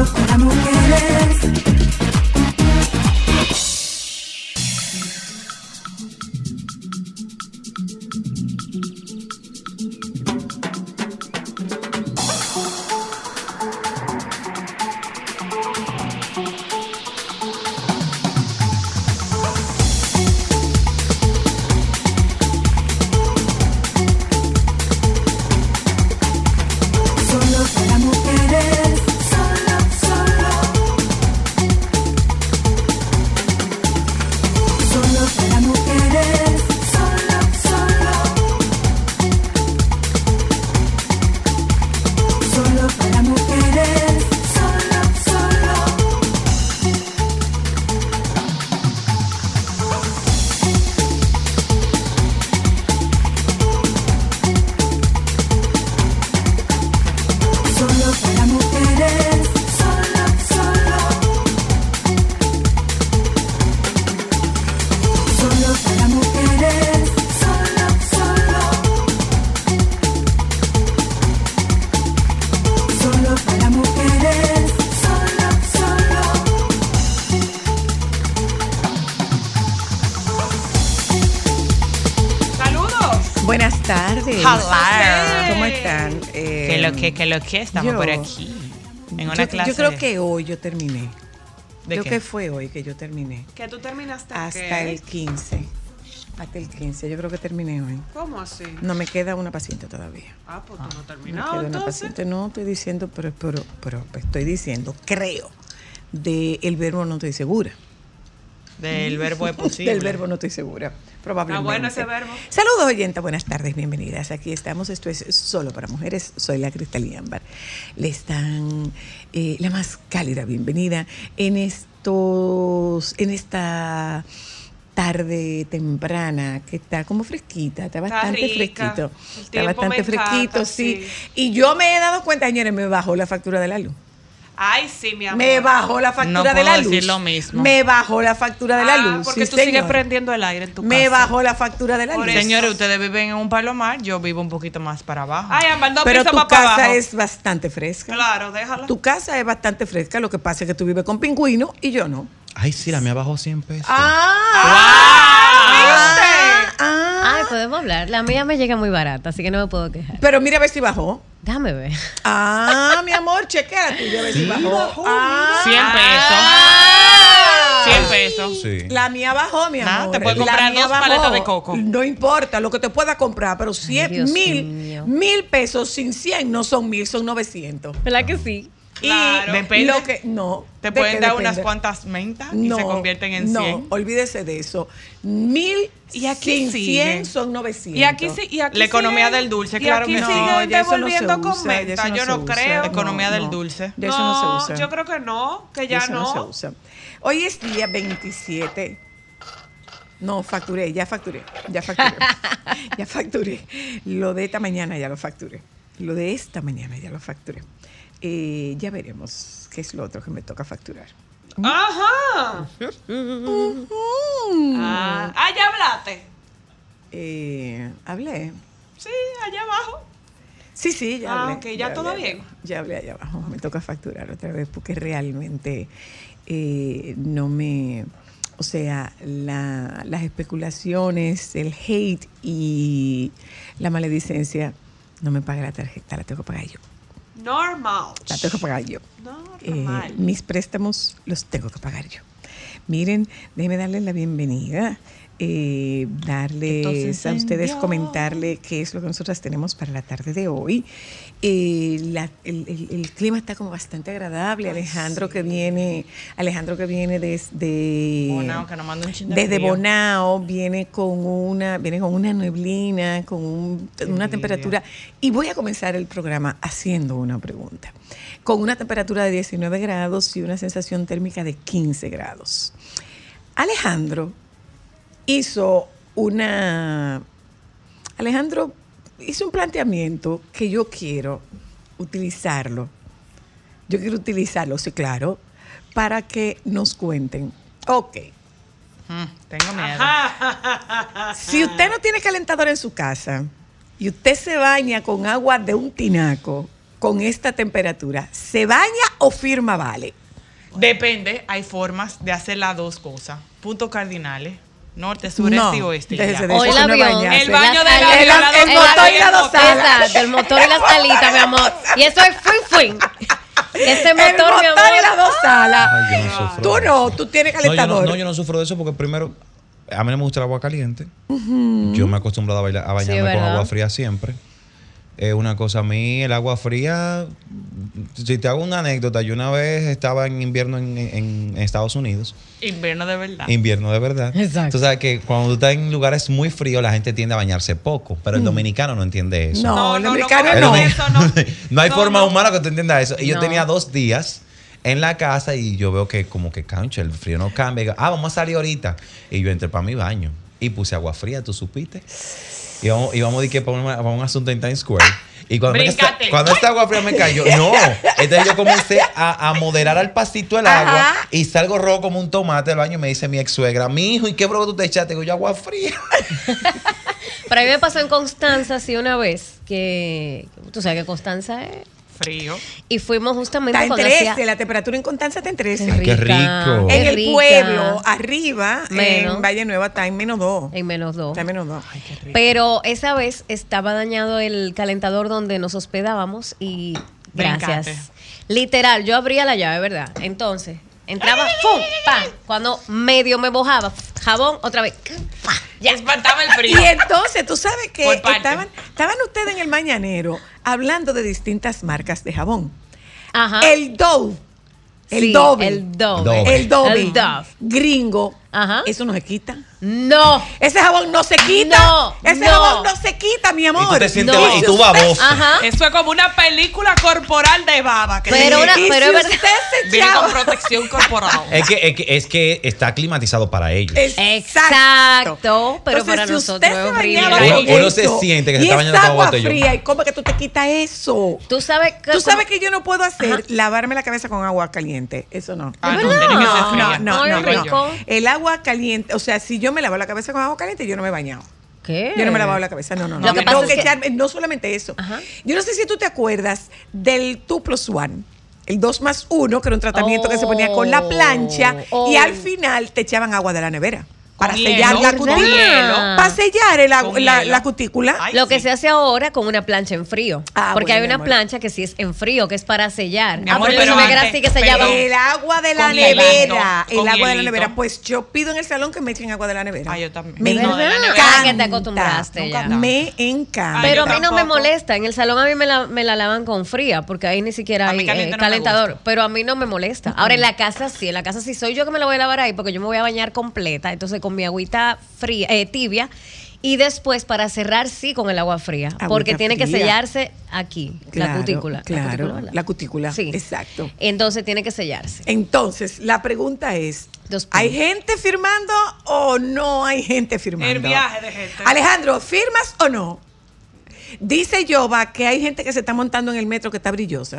para mujeres. Buenas tardes. Hello. ¿Cómo están? Que lo que estamos por aquí. En una clase. Yo creo que hoy yo terminé. ¿De Creo qué? que fue hoy que yo terminé. ¿Que tú terminaste Hasta qué? el 15. Hasta el 15. Yo creo que terminé hoy. ¿Cómo así? No me queda una paciente todavía. Ah, pues tú no Me terminaste. queda una entonces. paciente. No estoy diciendo, pero estoy diciendo, creo. Del verbo no estoy segura. Del verbo es posible. Del verbo no estoy segura. Probablemente. Está bueno ese verbo. Saludos, oyentes. Buenas tardes, bienvenidas. Aquí estamos. Esto es Solo para Mujeres. Soy la Cristalina Ámbar. Les dan la más cálida bienvenida en esta tarde temprana que está como fresquita, está bastante rica. fresquito. El Está tiempo bastante me fresquito, encanta, sí. sí. Y yo me he dado cuenta, señores, me bajó la factura de la luz. Ay, sí, mi amor. Me bajó la factura No de la puedo luz. decir lo mismo. Me bajó la factura de la luz. Porque sí, tú sigues señor. prendiendo el aire en tu casa. Me bajó la factura de la Por luz. eso. Señores, ustedes viven en un palomar, yo vivo un poquito más para abajo. Ay, Ámbar, dos Pero pisos tu más para casa abajo. es bastante fresca. Claro, déjala. Tu casa es bastante fresca. Lo que pasa es que tú vives con pingüino y yo no. Ay, sí, la mía bajó 100 pesos. Ay, podemos hablar. La mía me llega muy barata, así que no me puedo quejar. Pero mira a ver si bajó. Déjame ver. Mi amor, chequea la tuya a ver si bajó. 100 pesos. Sí. La mía bajó, mi Nada, amor. te puedes La comprar mía dos paletas de coco. No importa lo que te pueda comprar, pero Dios mío. 1,000 pesos sin 100 no son 1,000, son 900. ¿Verdad que sí? Claro. Y Depende. lo que no. Te ¿de pueden qué dar depende? unas cuantas mentas y se convierten en 100. No, olvídese de eso. 1,000 Y aquí sin sigue. 100 son 900. Y aquí sí, y aquí La economía siguen- del dulce, y claro aquí que sí. siguen No, ya eso no se devolviendo usa, con ya eso menta. no Yo se no usa. creo. La economía del dulce. Ya eso no se usa. Yo creo que no, que ya Eso no. se usa. Hoy es día 27. No, facturé. Ya facturé. Ya facturé. Lo de esta mañana ya lo facturé. Ya veremos qué es lo otro que me toca facturar. Ajá. Ya hablaste. Hablé. Sí, allá abajo. Sí, ya hablé. Ok, ya todo hablé, bien. Ya hablé allá abajo. Me toca facturar otra vez porque realmente no me... O sea, las especulaciones, el hate y la maledicencia no me paga la tarjeta, la tengo que pagar yo. Normal. La tengo que pagar yo. Normal. Mis préstamos los tengo que pagar yo. Miren, déjenme darles la bienvenida. Darles Entonces, a ustedes, Dios. comentarle qué es lo que nosotras tenemos para la tarde de hoy. El clima está como bastante agradable. Alejandro que viene desde Bonao, que nos manda un chin de desde frío. Bonao, viene con una neblina, con una envidia. temperatura. Y voy a comenzar el programa haciendo una pregunta. Con una temperatura de 19 grados y una sensación térmica de 15 grados. Alejandro hizo un planteamiento que yo quiero utilizarlo. Sí, claro, para que nos cuenten. Ok. Tengo miedo. Si usted no tiene calentador en su casa y usted se baña con agua de un tinaco, con esta temperatura, ¿se baña o firma vale? Depende, hay formas de hacer las dos cosas. Puntos cardinales. Norte, sur, No, este y oeste. déjese ya. de O el eso, no avión. bañarse. El baño las del alitas, avión, el motor y las dos alas. Exacto, el motor y las alitas, mi amor. Y eso es fin. Ese El motor, mi motor y las amor. dos alas. Ay, yo no sufro. Tú no, tú tienes calentador. No, yo no sufro de eso porque primero, a mí no me gusta el agua caliente. Yo me he acostumbrado a bañarme con ¿verdad? agua fría siempre. Es una cosa, a mí el agua fría, si te hago una anécdota, yo una vez estaba en invierno en Estados Unidos. Invierno de verdad. Invierno de verdad. Exacto. Tú sabes que cuando tú estás en lugares muy fríos, la gente tiende a bañarse poco, pero el dominicano no entiende eso. No, el americano El no. no hay No, forma no. humana que tú entiendas eso. Y yo No. tenía 2 días en la casa y yo veo que como que cancha, el frío no cambia. Y digo, vamos a salir ahorita. Y yo entré para mi baño y puse agua fría, ¿tú supiste? Íbamos de que para un asunto en Times Square. Y cuando Bríncate. esta agua fría me cayó, no. Entonces yo comencé a moderar al pasito el agua Ajá. y salgo rojo como un tomate del baño y me dice mi ex suegra, mi hijo, ¿y qué broma tú te echaste? Digo, yo agua fría. Pero a mí me pasó en Constanza, sí, una vez, que tú sabes que Constanza es. Frío. Y fuimos justamente Está en cuando 13, hacía. la temperatura en Constanza está en 13. Qué Qué rico. En qué el rica. pueblo, arriba, Menos. en Valle Nueva, está en -2. En -2. Está en -2. Pero esa vez estaba dañado el calentador donde nos hospedábamos y gracias. Brincate. Literal, yo abría la llave, ¿verdad? Entonces, entraba, ¡pum! ¡Pam! Cuando medio me mojaba, jabón, otra vez, ¡pam! Ya espantaba el frío. Y entonces, tú sabes que Por parte. estaban ustedes en el mañanero hablando de distintas marcas de jabón. Ajá. El Dove, el Sí, Dove, El Dove. Dove. el Dove, El Dove. gringo, Ajá. eso no se quita. No. Ese jabón no se quita. No, Ese no. jabón no se quita, mi amor. Y tú te sientes No. y tú baboso. Ajá. Eso es como una película corporal de baba. Que Pero una- Y pero si es verdad. usted se Viene echaba- con protección corporal. Es que está climatizado para ellos. Exacto, pero Entonces, para si nosotros usted se es horrible. bañaba con Uno se eso, siente que se y está bañando esa con agua agua botellón. fría, ¿y cómo es que tú te quitas eso? Tú sabes que. ¿Tú sabes que yo no puedo hacer lavarme la cabeza con agua caliente? Eso no. Ah, no, ¿Verdad? tiene que ser No, fría. no, Ay, no, rico. no. El agua caliente, o sea, si yo me lavo la cabeza con agua caliente, yo no me he bañado. ¿Qué? Yo no me he lavado la cabeza, no. Lo que Yo pasa tengo es que que- echarme, no solamente eso. Ajá. Yo no sé si tú te acuerdas del 2+1. El 2+1, que era un tratamiento que se ponía con la plancha Oh. y al final te echaban agua de la nevera para Con sellar hielo, la con cutícula. hielo. Para sellar Con la hielo. cutícula. Ay, Lo que sí. se hace ahora con una plancha en frío. Ah, porque bueno, hay mi una amor. plancha que sí es en frío, que es para sellar. Mi amor, pero pero eso me antes- así que pero- sellaba. El agua de la Con hielito, nevera. El con agua de la hielito. nevera. Pues yo pido en el salón que me echen agua de la nevera. Ah, yo también. Me No, de la encanta. nevera. Ah, que te acostumbraste ya. Me encanta. Pero yo a mí no me tampoco. molesta. En el salón a mí me la lavan con fría, porque ahí ni siquiera A mí hay caliente no me calentador. gusta. Pero a mí no me molesta. Ahora en la casa sí, soy yo que me la voy a lavar ahí, porque yo me voy a bañar completa. Entonces con mi agüita fría, tibia. Y después para cerrar sí con el agua fría. Agüita porque tiene que fría. sellarse aquí, la cutícula. Claro, ¿verdad? la cutícula. Sí. Exacto. Entonces tiene que sellarse. Entonces, la pregunta es, 2 puntos. ¿hay gente firmando o no hay gente firmando? El viaje de gente. Alejandro, ¿firmas o no? Dice Yoba que hay gente que se está montando en el metro que está brillosa.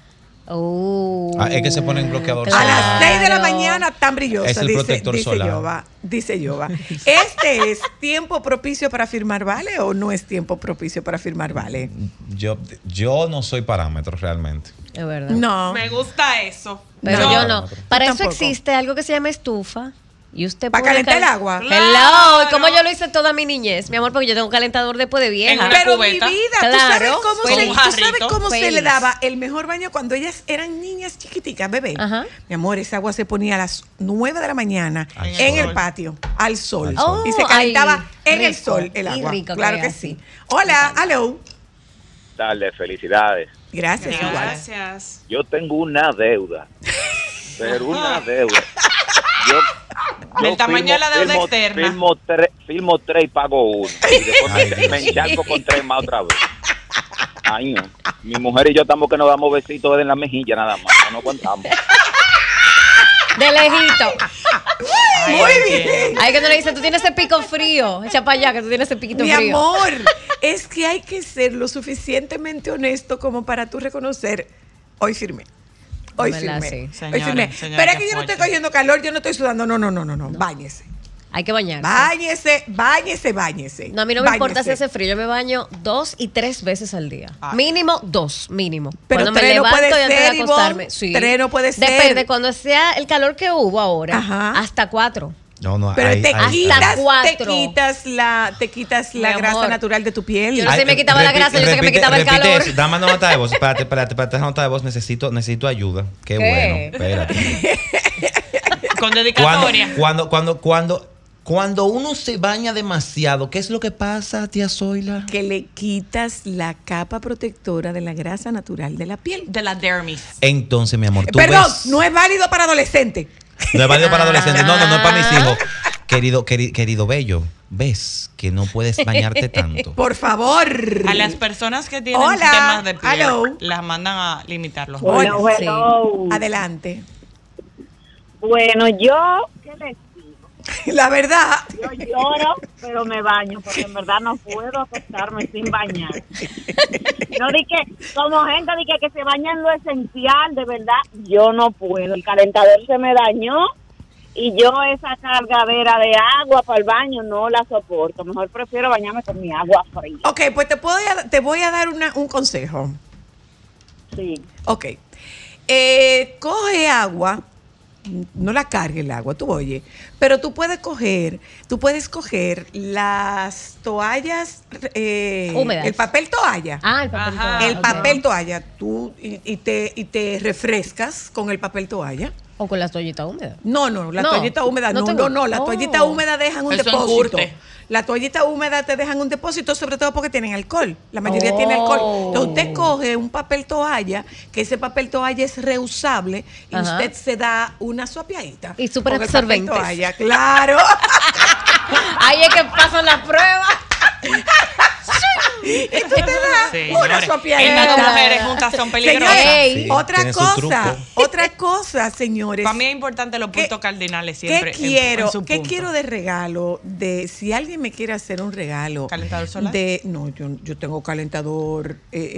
Es que se ponen bloqueador A las Claro. 6 de la mañana tan brillosa, Es el protector solar. Dice Yoba. ¿Este es tiempo propicio para firmar vale o no es tiempo propicio para firmar vale? Yo no soy parámetro realmente. Es verdad. No. Me gusta eso. Pero yo no. Para eso tampoco. existe algo que se llama estufa. Y usted ¿Para pone calentar el agua? Hello, Claro. como yo lo hice toda mi niñez, mi amor, porque yo tengo un calentador después de vieja. En una Pero cubeta. mi vida, ¿tú Claro, sabes cómo, feliz. se, Con un tú sabes jarrito. cómo se Feliz. le daba el mejor baño cuando ellas eran niñas chiquiticas, bebé? Ajá. Mi amor, esa agua se ponía a las 9 de la mañana Al en sol. el patio, al sol. Al sol. Y se Oh, calentaba ay, en el rico. sol el Y agua. rico que claro que es sí. así. Hola, hello. Tarde, felicidades. Gracias, igual. Gracias. Yo tengo una deuda, pero una deuda. Yo Del tamaño de la deuda externa. Filmo 3 y pago 1. Y después Ay, Dios. me encharco con 3 más otra vez. Ay, no. Mi mujer y yo estamos que nos damos besitos en la mejilla nada más. No nos aguantamos. De lejito. Ay, Muy entiendo. bien. Ay, que no le dice, tú tienes ese pico frío. Echa para allá, que tú tienes ese piquito Mi frío. amor, es que hay que ser lo suficientemente honesto como para tú reconocer, hoy firmé. Hoy ¿Verdad? firmé. Sí. Hoy Señora, firmé. señora, Pero es qué que yo no estoy fuerte. cogiendo calor, yo no estoy sudando. No. Báñese. Hay que bañarse. Báñese. No, a mí no me importa si Báñese. hace frío. Yo me baño 2 y 3 veces al día. Ah. Mínimo 2, mínimo. Pero Cuando me 3 no levanto puede y antes de ser, acostarme. Ivonne. Sí. 3 no puede ser. Depende, cuando sea el calor que hubo ahora, Ajá. hasta 4. No, Pero te Hasta quitas 4. te quitas la Mi grasa amor. natural de tu piel. Yo no sé, me quitaba la grasa, yo sé que me quitaba el calor. Eso. Dame nota de voz. Espérate, esa nota de voz. Necesito ayuda. Qué ¿Qué? bueno. Espérate. Con dedicatoria. Cuando uno se baña demasiado, ¿qué es lo que pasa, tía Zoila? Que le quitas la capa protectora de la grasa natural de la piel. De la dermis. Entonces, mi amor, tú Perdón, ves... no es válido para adolescentes. No es válido para adolescentes. No es para mis hijos. Querido bello, ves que no puedes bañarte tanto. Por favor. A las personas que tienen Hola. temas de piel, Hello. las mandan a limitarlos. Hola. Hello. Adelante. Bueno, yo, ¿qué les digo? La verdad. Yo lloro, pero me baño, porque en verdad no puedo acostarme sin bañar. No di que, como gente di que se baña en lo esencial, de verdad, yo no puedo. El calentador se me dañó y yo esa cargadera de agua para el baño no la soporto. Mejor prefiero bañarme con mi agua fría. Ok, pues te voy a dar un consejo. Sí. Ok. Coge agua. No la cargue el agua, tú oye. Pero tú puedes coger las toallas húmedas. el papel toalla. Ah, el papel. Ajá. toalla, El ok. papel toalla, tú y te refrescas con el papel toalla. O con las toallitas húmedas. No, la No, toallita húmeda, no no, tengo- la Oh. toallita húmeda dejan un Eso depósito. encurte. La toallita húmeda te dejan un depósito, sobre todo porque tienen alcohol. La mayoría tiene alcohol. Entonces usted coge un papel toalla, que ese papel toalla es reusable, y Ajá. usted se da una sopiadita. Y súper con el papel absorbentes. toalla, claro. Ahí es que pasan las pruebas. Y tú te das Señores, una sopiadita. estas dos mujeres juntas son peligrosas. Señores, Ey. Sí, otra tiene su cosa, señores. Para mí es importante los puntos cardinales siempre. ¿Qué en su ¿Qué punto. quiero de regalo? Si alguien me quiere hacer un regalo. ¿Calentador solar? No, yo tengo calentador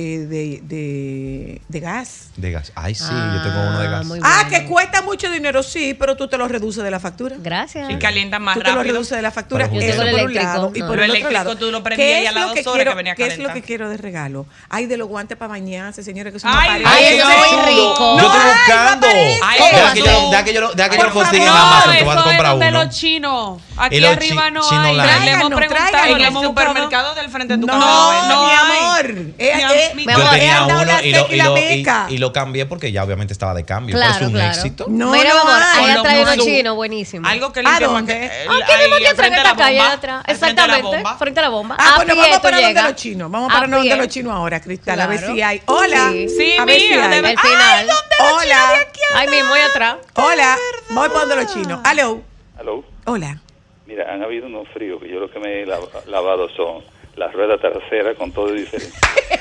de gas. De gas. Ay, sí, yo tengo uno de gas. Muy Ah, bueno. que cuesta mucho dinero, sí, pero tú te lo reduces de la factura. Gracias. Y calienta más Tú te lo rápido. reduces de la factura. Pero eso yo tengo el por un eléctrico, lado. Y no. por Pero el otro eléctrico lado. tú lo prendías ¿qué y a es las lo que 2 horas quiero- que venía a ¿Qué es lo calentar? que quiero de regalo? Ay, de los guantes para bañarse, señores, que son Ay, aparecen. Ay, eso es muy rico. Yo estoy No, buscando. ay, Ay, Deja ¿cómo que así? yo lo consiga en No, Amazon. Te eso voy a es comprar donde uno. los chinos. Aquí Y los arriba no chino hay. line. Le hemos Tráiganos, preguntado, tráiganos. En le el hemos buscado. supermercado del frente de tu No, casa. no mi hay. amor. Mi Mi Yo amor, tenía andado uno la seca y la meca. y lo cambié porque ya obviamente estaba de cambio. Claro, pero es un claro. éxito. No, Mira, no mi amor, hay. ahí Con atrás hay los unos musu. chinos buenísimos. Algo que ¿A limpia más dónde? que. Aquí mismo aquí al atrás, frente en de la esta calle, bomba. atrás. Al frente de la Exactamente. bomba. Frente a la bomba. Ah, A pues nos pie vamos tú para donde llegas. los chinos. Vamos para donde pie. los chinos ahora, Cristal. A ver Claro. si hay. Hola. Sí, a ver si mira, hay. de- El final. Hola. Ahí mismo, ahí atrás. Hola. Voy para donde los chinos. Aló. Aló. Hola. Mira, han habido unos fríos que yo lo que me he lavado son las ruedas traseras con todo diferente.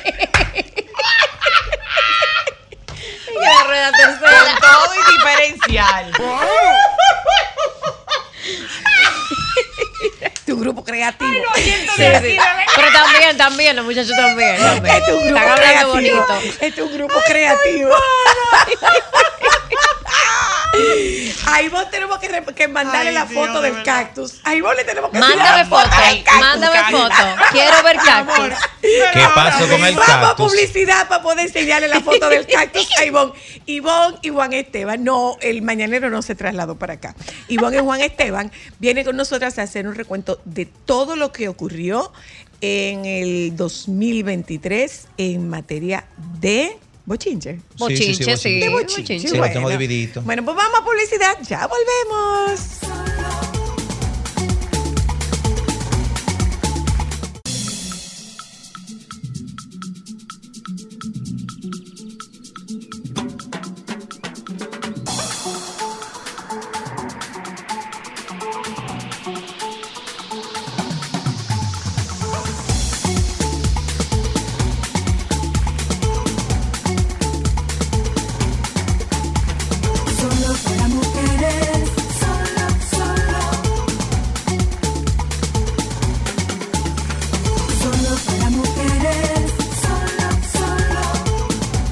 Y la rueda tercera. Todo y diferencial. Tu grupo creativo. Sí, sí. Pero también, los muchachos también. Es tu grupo Están hablando creativo. bonito. Es tu grupo creativo. Ahí vos tenemos que mandarle Ay, la Dios, foto de del verdad. cactus. Ahí vos le tenemos que enseñar Mándame la foto foto. del cactus. Mándame foto. Quiero ver cactus. ¿Qué pasó con el Vamos a cactus? publicidad para poder enseñarle la foto del cactus a Ivonne. Ivonne y Juan Esteban, no, el mañanero no se trasladó para acá. Ivonne y Juan Esteban vienen con nosotras a hacer un recuento de todo lo que ocurrió en el 2023 en materia de bochinche. Bochinche, sí. De bochinche. Bochinche. Sí, lo tengo divididito. Bueno, pues vamos a publicidad, ya volvemos. Solo para mujeres, solo para mujeres,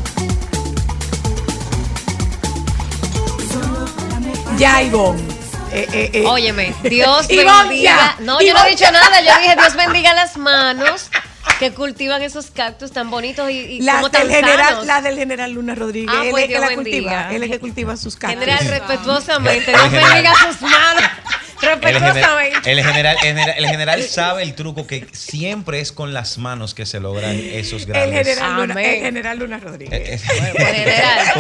solo para mujeres. Ya, Ivonne. Óyeme, Dios Ivonne, bendiga. ya. No, yo no he Ivonne, dicho nada. Yo dije, Dios bendiga las manos que cultivan esos cactus tan bonitos y como tan sanos. Las del general Luna Rodríguez. Ah, él pues es que Dios la cultiva. bendiga. Él es que cultiva sus cactus. General, respetuosamente, Dios general. bendiga sus manos. Respetuosamente. El general sabe el truco que siempre es con las manos que se logran esos El grandes. general Luna Rodríguez. General.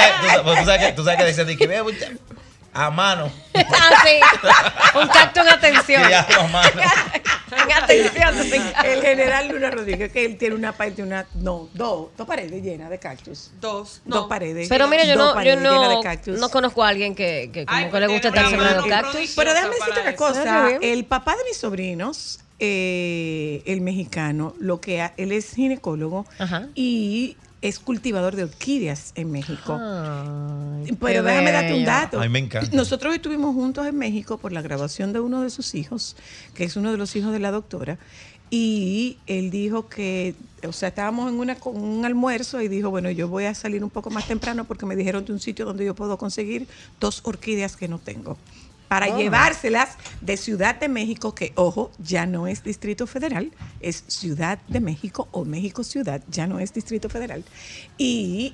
Tú sabes que decían de que ve a mano. Ah, sí. Un cactus en atención. Sí, a mano. En atención. El general Luna Rodríguez, que él tiene una parte, dos paredes llenas de cactus. Dos. Dos paredes. Pero mira, yo Dos no, paredes llenas de cactus. no conozco a alguien que como Ay, que le guste tiene estar una sembrando mano cactus. Pero déjame decirte para una eso. cosa. Ah, bien. El papá de mis sobrinos, el mexicano, él es ginecólogo Ajá. y es cultivador de orquídeas en México. Ay, Pero qué déjame darte un bello. dato. Ay, me encanta. Nosotros estuvimos juntos en México por la graduación de uno de sus hijos, que es uno de los hijos de la doctora, y él dijo que, o sea, estábamos en un almuerzo y dijo, bueno, yo voy a salir un poco más temprano porque me dijeron de un sitio donde yo puedo conseguir 2 orquídeas que no tengo, para llevárselas de Ciudad de México, que, ojo, ya no es Distrito Federal, es Ciudad de México o México Ciudad, ya no es Distrito Federal. Y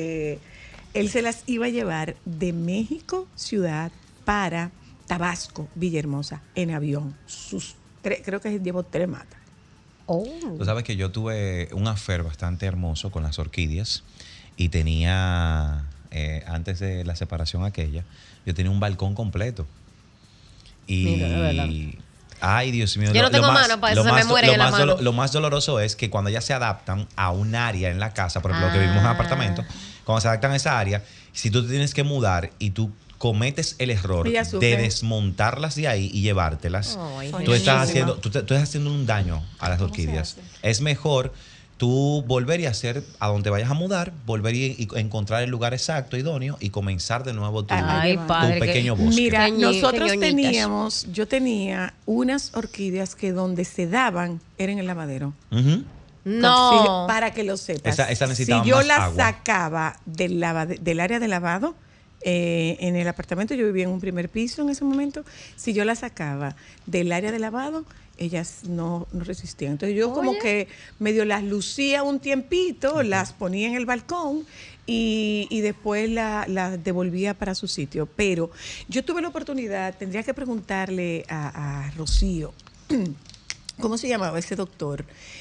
él se las iba a llevar de México Ciudad para Tabasco, Villahermosa, en avión. Creo que llevó 3 matas. Oh. Tú sabes que yo tuve un affair bastante hermoso con las orquídeas y tenía, antes de la separación aquella, yo tenía un balcón completo. Y, Mira, de verdad. ay, Dios mío. Yo no tengo mano, para eso se me mueren en la mano. Lo más doloroso es que cuando ellas se adaptan a un área en la casa, por ejemplo, lo que vivimos en apartamento, cuando se adaptan a esa área, si tú te tienes que mudar y tú cometes el error Ellas de sufren. desmontarlas de ahí y llevártelas, Ay, tú estás buenísimo. estás haciendo un daño a las orquídeas. Es mejor tú volver y hacer, a donde vayas a mudar, volver y encontrar el lugar exacto, idóneo, y comenzar de nuevo Ay, tu padre, pequeño que- bosque. Mira, Qué nosotros ñoñitas. yo tenía unas orquídeas que donde se daban era en el lavadero. Ujú. No. Sí, para que lo sepas. Esa necesitaba si yo más la agua. sacaba del área de lavado, en el apartamento, yo vivía en un primer piso en ese momento, si yo la sacaba del área de lavado, ellas no resistían. Entonces yo como que medio las lucía un tiempito, las ponía en el balcón y después las devolvía para su sitio. Pero yo tuve la oportunidad, tendría que preguntarle a Rocío, ¿cómo se llamaba ese doctor?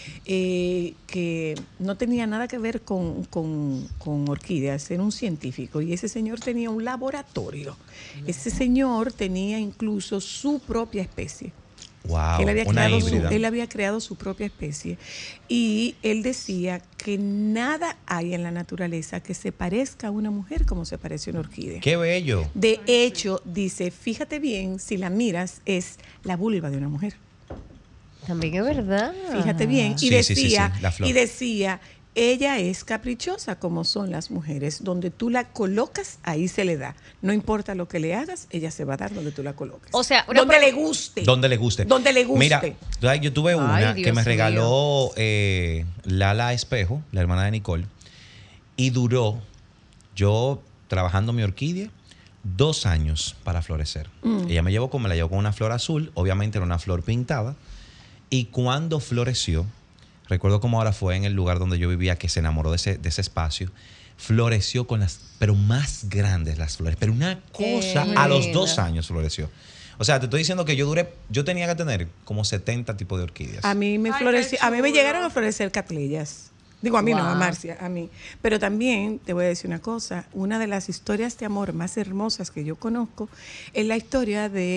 Que no tenía nada que ver con orquídeas, era un científico y ese señor tenía un laboratorio. Ese señor tenía incluso su propia especie. Wow, Él había, una creado híbrida. él había creado su propia especie y él decía que nada hay en la naturaleza que se parezca a una mujer como se parece a una orquídea. ¡Qué bello! De hecho, dice, fíjate bien, si la miras, es la vulva de una mujer. También es verdad. Fíjate bien. Y Sí, decía, sí, la flor. ella es caprichosa como son las mujeres. Donde tú la colocas, ahí se le da. No importa lo que le hagas, ella se va a dar donde tú la coloques. O sea, donde le guste. Donde le guste. Donde le guste. Mira, yo tuve una Ay, que Dios me mío. regaló Lala Espejo, la hermana de Nicole, y duró, yo trabajando mi orquídea, 2 años para florecer. Ella me llevó con una flor azul, obviamente era una flor pintada, y cuando floreció, recuerdo como ahora fue en el lugar donde yo vivía, que se enamoró de ese espacio, floreció con pero más grandes las flores, pero una cosa, a los 2 años floreció. O sea, te estoy diciendo que yo tenía que tener como 70 tipos de orquídeas. A mí me Ay, floreció, qué a mí me chulo. llegaron a florecer catleyas. Digo, a mí no, a Wow. Marcia, a mí. Pero también te voy a decir una cosa, una de las historias de amor más hermosas que yo conozco es la historia de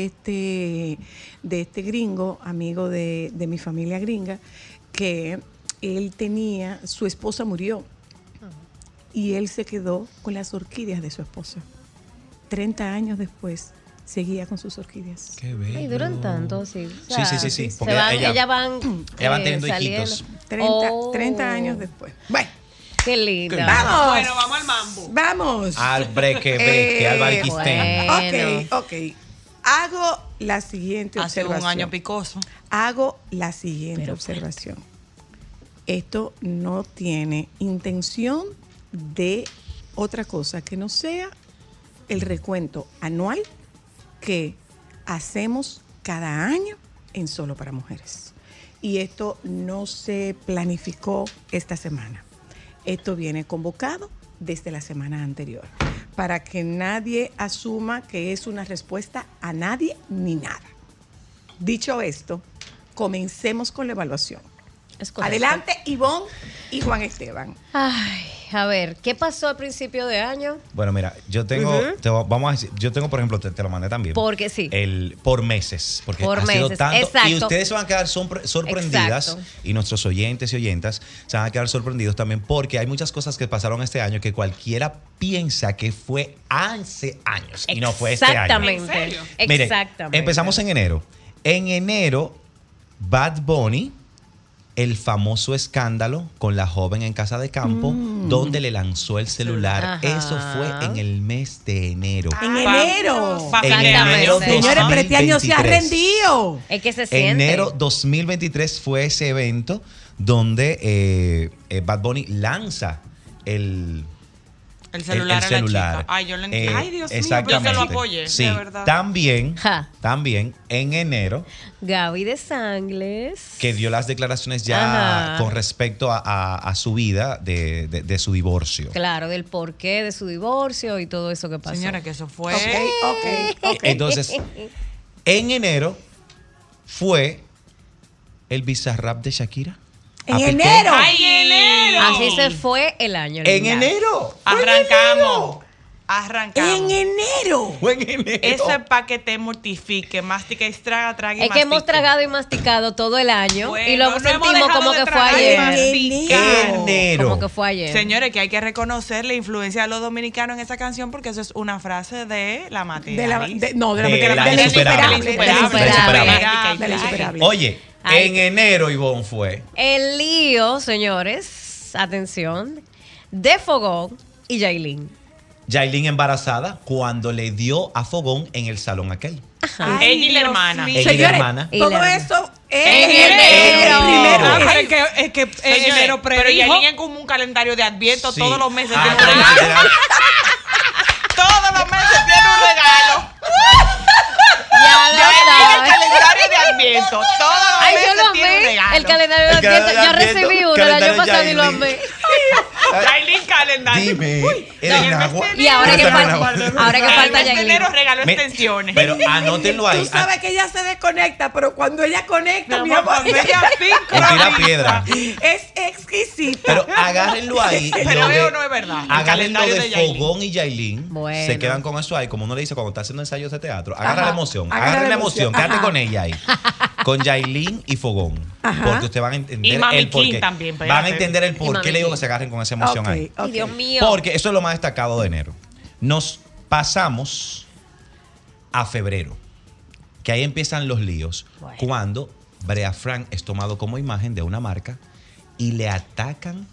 este gringo, amigo de mi familia gringa, que él tenía, su esposa murió y él se quedó con las orquídeas de su esposa. 30 años después seguía con sus orquídeas. Qué bello. Ay, duran tanto, sí. O sea, Sí. se Porque van, ella- ellas van teniendo saliendo. hijitos. 30 años después. Bueno, Qué linda. vamos. Bueno, vamos al mambo. Vamos. Al breque, al bariquistén. Bueno. Ok. Hago la siguiente Ha sido observación. un año picoso. Hago la siguiente observación. Esto no tiene intención de otra cosa que no sea el recuento anual que hacemos cada año en Solo para Mujeres. Y esto no se planificó esta semana. Esto viene convocado desde la semana anterior, para que nadie asuma que es una respuesta a nadie ni nada. Dicho esto, comencemos con la evaluación. Es correcto. Adelante, Ivonne y Juan Esteban. Ay, a ver, ¿qué pasó al principio de año? Bueno, mira, yo tengo, vamos a decir, yo tengo, por ejemplo, te lo mandé también. Porque sí. Por meses. Porque Por ha sido meses, tanto. exacto. Y ustedes se van a quedar sorprendidas. Exacto. Y nuestros oyentes y oyentas se van a quedar sorprendidos también, porque hay muchas cosas que pasaron este año que cualquiera piensa que fue hace años. Y no fue este año. Exactamente. ¿En serio? Mire, Exactamente. empezamos en enero. En enero, Bad Bunny, el famoso escándalo con la joven en casa de campo, donde le lanzó el celular. Ajá. Eso fue en el mes de enero. En enero. Pa' En Exactamente. enero Señores, pero este año se ha 2023. rendido. Es que se siente. Enero 2023 fue ese evento donde Bad Bunny lanza el celular a la chica. Ay, yo le entiendo. Ay, Dios mío, exactamente. pero se lo apoyé, Sí, de verdad. también Ja. en enero, Gaby de Sangles. que dio las declaraciones ya Ajá. con respecto a su vida de su divorcio. Claro, del porqué de su divorcio y todo eso que pasó. Señora, que eso fue. Ok. Entonces, en enero fue el Bizarrap de Shakira. En A Piqué. enero. ¡Ay, enero! Así se fue el año. En niña. enero. Arrancamos. Arrancamos. En enero. Fue en enero. Eso es para que te mortifique, mastica y traga y Es que hemos mastique. tragado y masticado todo el año Bueno, y lo no hemos sentimos dejado como de que fue tragar y ayer. masticar. Enero. Como que fue ayer. Señores, que hay que reconocer la influencia de los dominicanos en esa canción, porque eso es una frase de la materia. De la insuperable. De la insuperable. Oye, Ay. en enero, Ivonne, fue. El lío, señores, atención, de Fogón y Yailin. Yailin embarazada cuando le dio a Fogón en el salón aquel. Ella y la hermana. Ella y la Señores, hermana. Y todo la- eso es En primero. enero. Ah, pero Es que Señores, enero pero predijo. Yailin es como un calendario de Adviento, Sí. todos los meses Ah, tiene un pero regalo. literal, Todos los meses tiene un regalo. Ya lo Yailin, el sabes. calendario de Adviento, todos los Ay, yo meses lo tiene un amé. regalo. El calendario de El calendario Adviento. Yo de Adviento, recibí uno el año calendario pasado y lo Yailin. amé. Yailin calendario. Dime, el No, agua. Y ahora que Pero falta, también ahora que El falta mes de Yailin. enero regaló Me- extensiones. Pero anótenlo ahí. Tú sabes que ella se desconecta, pero cuando ella conecta, mi amor, cuando ella Él tira piedra. es exquisita. Pero agárrenlo ahí. Pero lo de- veo no es verdad. El Agárrenlo calendario de de Yailin. Fogón y Yailin. Bueno. Se quedan con eso ahí. Como uno le dice cuando está haciendo ensayos de teatro. Agarra Ajá. la emoción. Agarra Agarra la la emoción. emoción. Quédate Ajá. con ella ahí. Con Yailin y Fogón. Ajá. Porque ustedes van a entender Y Mami el porqué. King también, espérate. Van a entender el Y por Mami qué le digo King. que se agarren con esa emoción Ok, ahí. ok. Ay, Dios mío. Porque eso es lo más destacado de enero. Nos pasamos a febrero, que ahí empiezan los líos, Bueno. cuando Brea Frank es tomado como imagen de una marca y le atacan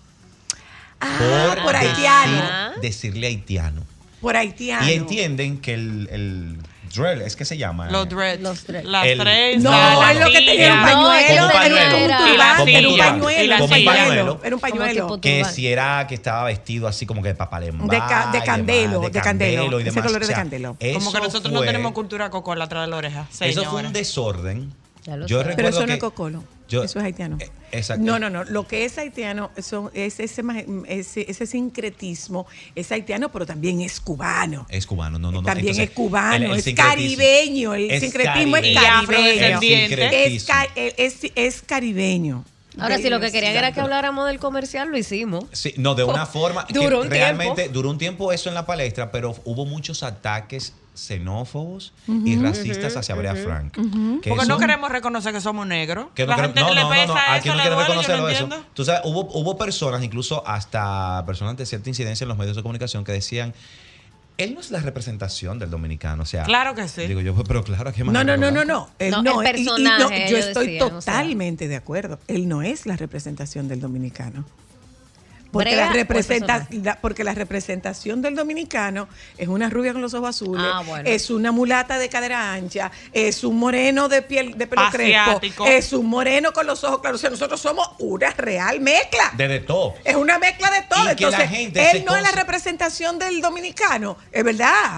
por haitiano. decirle haitiano. Por haitiano. Y entienden que el drill, es que se llama. Los dreads, Los dreads. las El- trenzas, No, No, es lo que tenía un no, pañuelo. como Era pañuelo. un Y la turbante, era un silla. pañuelo. Y la un silla. pañuelo. Era un Como pañuelo. tipo- Que turbante. si era que estaba vestido así como que de papalembá. De candelo, y de candelo. y Ese demás. color es de O sea, candelo. Como que eso nosotros no fue- tenemos cultura cocola atrás de la oreja. Eso fue señora. un desorden. Ya lo Yo sabes. Pero recuerdo eso no que es cocolo. yo- Eso es haitiano. Exacto. No. Lo que es haitiano es ese sincretismo. Es haitiano, pero también es cubano. Es cubano, no. También Entonces, es cubano, el es sincretismo. caribeño. El sincretismo es caribeño. Y caribeño. afrodescendiente. Es caribeño. Ahora, si lo que querían era que habláramos del comercial, lo hicimos. Sí, no, de una forma que Duró un realmente tiempo. duró un tiempo eso en la palestra, pero hubo muchos ataques xenófobos y racistas hacia Brea Frank. Que Porque no eso- queremos reconocer que somos negros. que no La queremos- gente no, le no, pesa no, aquí eso, no le quieren duele, yo reconocerlo no eso. entiendo. Tú sabes, hubo personas, incluso hasta personas de cierta incidencia en los medios de comunicación que decían, él no es la representación del dominicano, o sea, Claro que sí. digo yo, pero claro que No. Él No, el no, personaje, yo ellos estoy decían, o sea. totalmente de acuerdo. Él no es la representación del dominicano. Porque Brea porque la representación del dominicano es una rubia con los ojos azules, Ah, bueno. es una mulata de cadera ancha, es un moreno de piel de pelo Asiático. crespo, es un moreno con los ojos claros. O sea, nosotros somos una real mezcla. de todo. Es una mezcla de todo. Y que la Entonces, gente él se no es la conce- representación del dominicano, es verdad.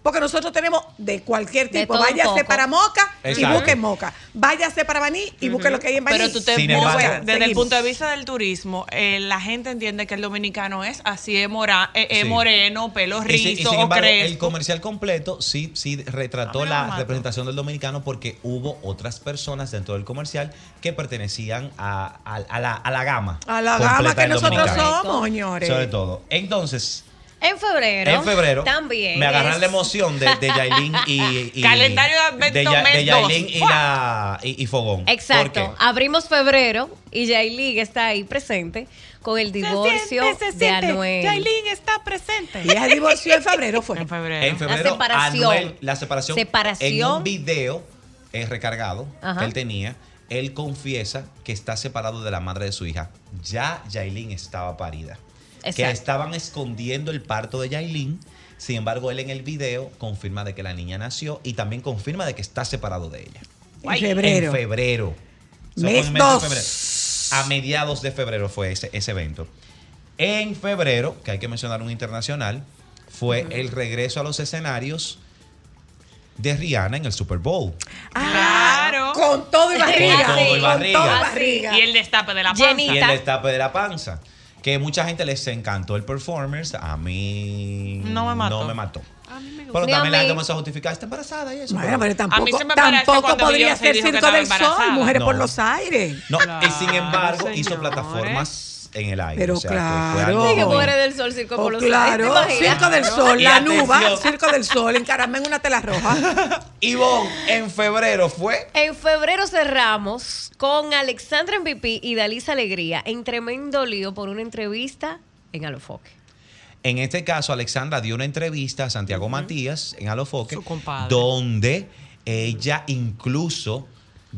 porque nosotros tenemos de cualquier De tipo. todo un Váyase poco. para Moca y Exacto. busque Moca. Váyase para Baní y busque lo que hay en Baní. Pero tú te Sin buscas, embargo- desde el Seguimos. punto de vista del turismo, la gente entiende que el dominicano es así, es Sí. moreno, pelo Y rizo sin o embargo, el crespo. comercial completo sí retrató A mí no me la mató. representación del dominicano porque hubo otras personas dentro del comercial que pertenecían a la gama. A la completa gama que del nosotros dominicano. somos, señores. Sobre todo. Entonces, En febrero. También. me agarran es- la emoción de Yailin y Calendario de Advento de mes Yailin 2. y Fogón. Exacto. ¿Por qué? Abrimos febrero y Yailin está ahí presente con el divorcio de Anuel. Yailin está presente. Y ella se divorció en febrero, fue. En febrero. En febrero, La separación. Anuel, la separación. Separación. En un video recargado Ajá. que él tenía, él confiesa que está separado de la madre de su hija. Ya Yailin estaba parida. Que Exacto. estaban escondiendo el parto de Yailin. Sin embargo, él en el video confirma de que la niña nació y también confirma de que está separado de ella. En febrero. En febrero. Eso Mes fue en el mes de 2. febrero. A mediados de febrero fue ese evento. En febrero, que hay que mencionar un internacional, fue el regreso a los escenarios de Rihanna en el Super Bowl. Claro. Con todo y barriga. Con todo y barriga. Con todo y barriga. Y el destape de la panza. Jenny. Y el destape de la panza. Que mucha gente les encantó el performance. A mí No me mató. No me mató. A mí me gusta. Pero Ni a también la mí. gente comenzó a justificar, está embarazada y eso. Bueno, pero A mí se me parece tampoco cuando podría Beyoncé ser dijo que Circo estaba del Sol, embarazada. Mujeres por No. los aires. No, y sin Claro, embargo hizo señores. plataformas en el aire. Pero o sea, que fue claro. algo Sí, que muy- Mujeres del Sol, Circo Oh, por los claro, Aires, ¿te imaginas? Circo del Sol, Y la atención. nuba, Circo del Sol, encaramé en una tela roja. Ivonne, en febrero fue. En febrero cerramos con Alexandra MVP y Dalisa Alegría en tremendo lío por una entrevista en Alofoque. En este caso, Alexandra dio una entrevista a Santiago Matías en Alofoque, Su compadre. donde ella incluso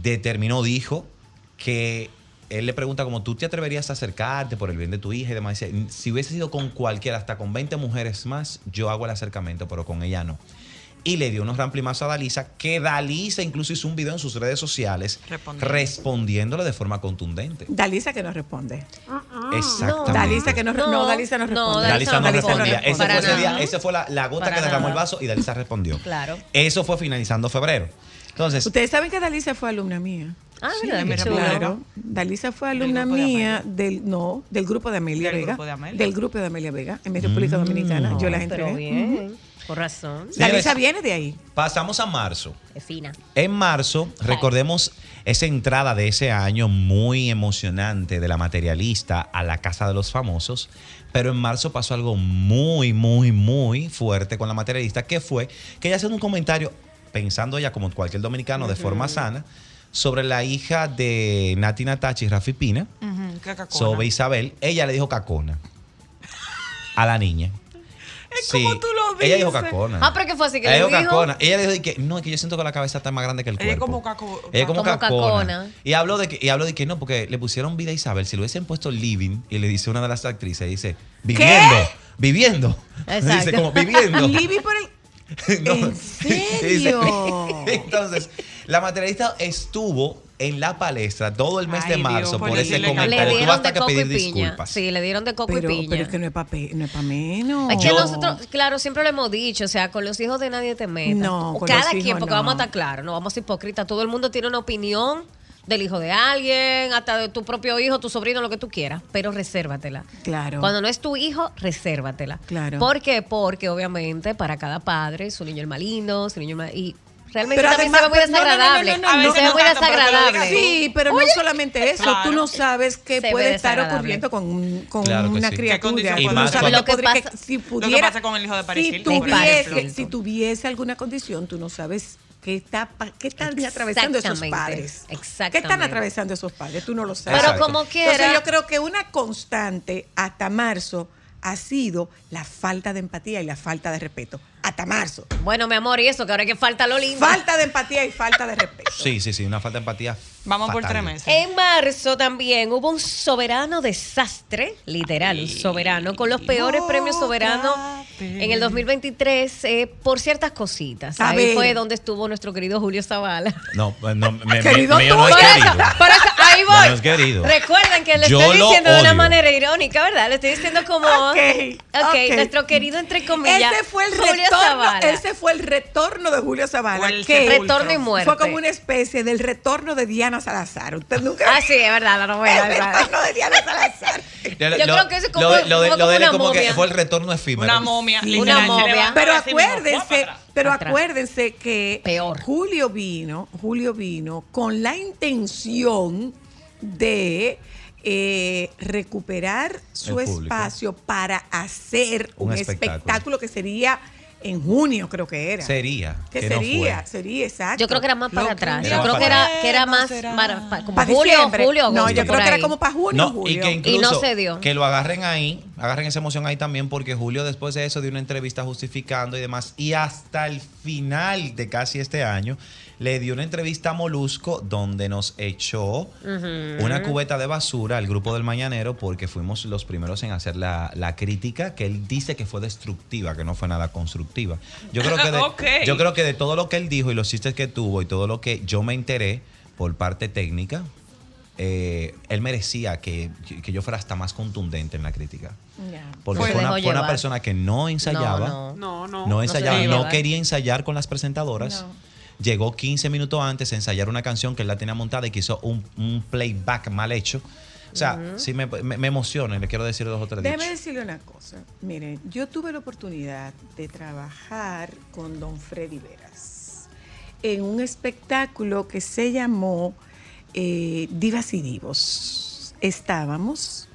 dijo que él le pregunta como tú te atreverías a acercarte por el bien de tu hija y demás. Dice, si hubiese sido con cualquiera, hasta con 20 mujeres más, yo hago el acercamiento, pero con ella no. Y le dio unos ramplimazos a Dalisa, que Dalisa incluso hizo un video en sus redes sociales respondiéndole de forma contundente. Dalisa que no responde. Exactamente. Dalisa que no responde. No, Dalisa no responde. Dalisa no respondía. Ese Para fue ese nada. día, esa fue la gota Para que derramó nada. el vaso y Dalisa respondió. Claro. Eso fue finalizando febrero. Entonces, Ustedes saben que Dalisa fue alumna mía. Ah, Sí, ¿verdad? me Qué recuerdo. chulo. Claro. Dalisa fue alumna grupo de mía Amelia. del grupo de Amelia Del Vega. grupo de Amelia. Del grupo de Amelia Vega en mi República Dominicana. Yo las Pero entrené. bien, por razón. Dalisa viene de ahí. pasamos a marzo. Es fina. En marzo, recordemos esa entrada de ese año muy emocionante de la materialista a la Casa de los Famosos, pero en marzo pasó algo muy, muy, muy fuerte con la materialista, que fue que ella hace un comentario, pensando ella como cualquier dominicano de forma sana, sobre la hija de Nati Natacha y Rafi Pina, Ujú, qué cacona. sobre Isabel. Ella le dijo cacona a la niña. Es como tú lo Ella dijo dices. cacona. Ah, pero ¿qué fue así que Ella le dijo dijo? cacona. Ella le dijo que no, es que yo siento que la cabeza está más grande que el Ella es cuerpo. como Ella es como Como cacona. cacona. Y habló de que no, porque le pusieron vida a Isabel. Si le hubiesen puesto living, y le dice una de las actrices, dice, viviendo. Exacto. Dice como viviendo. Libby por el. No. ¿En serio? Entonces, la materialista estuvo en la palestra todo el mes Ay, de Dios, marzo por por ese decirle Le comentario. Tuvo dieron hasta de que coco y pedir piña. disculpas. Sí, le dieron de coco y Pero piña. es que no es para menos. Es que Yo- nosotros, claro, siempre lo hemos dicho, o sea, con los hijos de nadie te metas. No, O con cada los quien, hijos porque no. vamos a estar claros, no vamos a ser hipócritas. Todo el mundo tiene una opinión del hijo de alguien, hasta de tu propio hijo, tu sobrino, lo que tú quieras, pero resérvatela. Claro. Cuando no es tu hijo, resérvatela. Claro. ¿Por qué? Porque obviamente para cada padre, su niño el más lindo, su niño el más... Y realmente Pero también además, se ve muy no, no, no, desagradable. no, no, no, no. Se ve muy No tanto, pero que lo diga desagradable. Sí, pero no solamente eso. Claro. Tú no sabes qué Se puede ve estar desagradable. ocurriendo con Claro que una sí. ¿Qué criatura. condición Tú Y no más sabes lo que podría- pasa- si Lo que pudiera, pasa con el hijo de Paris si Hilton, por tuviese, ejemplo. si tuviese alguna condición, tú no sabes qué están atravesando esos Exactamente, padres. ¿Qué exactamente. están atravesando esos padres? Tú no lo sabes. Pero Exacto. como Entonces quiera... yo creo que una constante hasta marzo ha sido la falta de empatía y la falta de respeto. Hasta marzo. Bueno, mi amor, y eso, que ahora que falta lo lindo. Falta de empatía y falta de respeto. Sí, una falta de empatía. Vamos por fatal. 3 meses. En marzo también hubo un soberano desastre, literal, un soberano, con los peores premios soberanos en el 2023 por ciertas cositas. A Ahí ver. fue donde estuvo nuestro querido Julio Zavala. No, me Querido no tú. es Por querido. Por eso, ahí ahí voy. Ya no es querido. Recuerden que le Yo estoy lo diciendo de una odio. manera irónica, ¿verdad? Le estoy diciendo como. Ok, nuestro querido, entre comillas. Ese fue el Julio retorno. Zavala. Ese fue el retorno de Julio Zavala. Fue el que retorno y muerte. Fue como una especie del retorno de Diana Salazar. Usted nunca. Ah, sí, es verdad, la novela. El ¿verdad? retorno de Diana Salazar. Creo que eso es como- lo de como él es una como que momia. fue el retorno efímero. Una momia. Una literal, momia. se levantó Pero así mismo, fue acuérdense, para atrás. acuérdense que Peor. Julio vino con la intención de recuperar su El público. espacio para hacer Un un espectáculo que sería en junio, creo que era. Sería. Que no sería, fue. sería, exacto. Yo creo que era más para Lo atrás. que Yo un creo día que era no más será. como Para julio, diciembre. julio, No, agosto, yo creo por que era ahí. como para junio, No, julio. y que incluso Y no se dio. que lo agarren ahí, agarren esa emoción ahí también, porque Julio después de eso dio una entrevista justificando y demás, y hasta el final de casi este año le dio una entrevista a Molusco donde nos echó una cubeta de basura al grupo del Mañanero porque fuimos los primeros en hacer la crítica que él dice que fue destructiva, que no fue nada constructiva. Yo creo que Ok. yo creo que de todo lo que él dijo y los chistes que tuvo y todo lo que yo me enteré por parte técnica, él merecía que yo fuera hasta más contundente en la crítica. Ya. Porque Se fue dejó una llevar. persona que no ensayaba, No. no ensayaba, se dejó no llevar. quería ensayar con las presentadoras. Llegó 15 minutos antes a ensayar una canción que él la tenía montada y que hizo un playback mal hecho. O sea, sí me emociona y le quiero decir 2 o 3 Déjeme dichos. decirle una cosa. Miren, yo tuve la oportunidad de trabajar con don Freddy Veras en un espectáculo que se llamó Divas y Divos. Estábamos,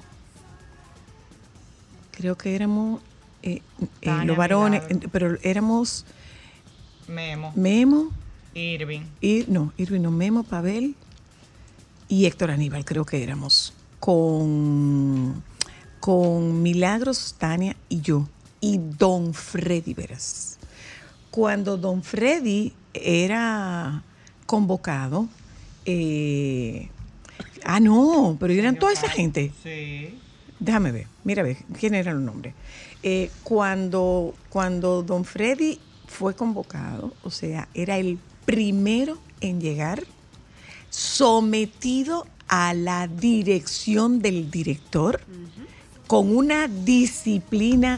creo que éramos Tania los varones, Milagro. pero éramos Memo. Memo, Irving. Irving no, Memo, Pavel y Héctor Aníbal, creo que éramos, con Milagros, Tania y yo, y don Freddy Veras. Cuando don Freddy era convocado, no, pero eran toda esa gente. Sí. Déjame ver, mira, a ver, ¿quién eran los nombres? Cuando don Freddy fue convocado, o sea, era el primero en llegar, sometido a la dirección del director, con una disciplina,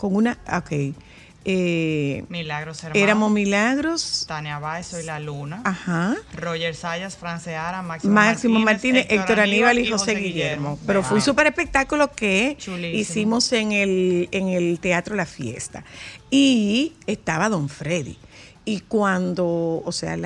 Milagros Hermanos. éramos Milagros, Tania Báez, Soy la Luna. ajá, Roger Sayas, Franceara, Máximo Martínez, Héctor Aníbal y José Guillermo. Pero fue un Wow. súper espectáculo que Chulísimo. hicimos en el Teatro La Fiesta. Y estaba don Freddy. Y cuando, o sea,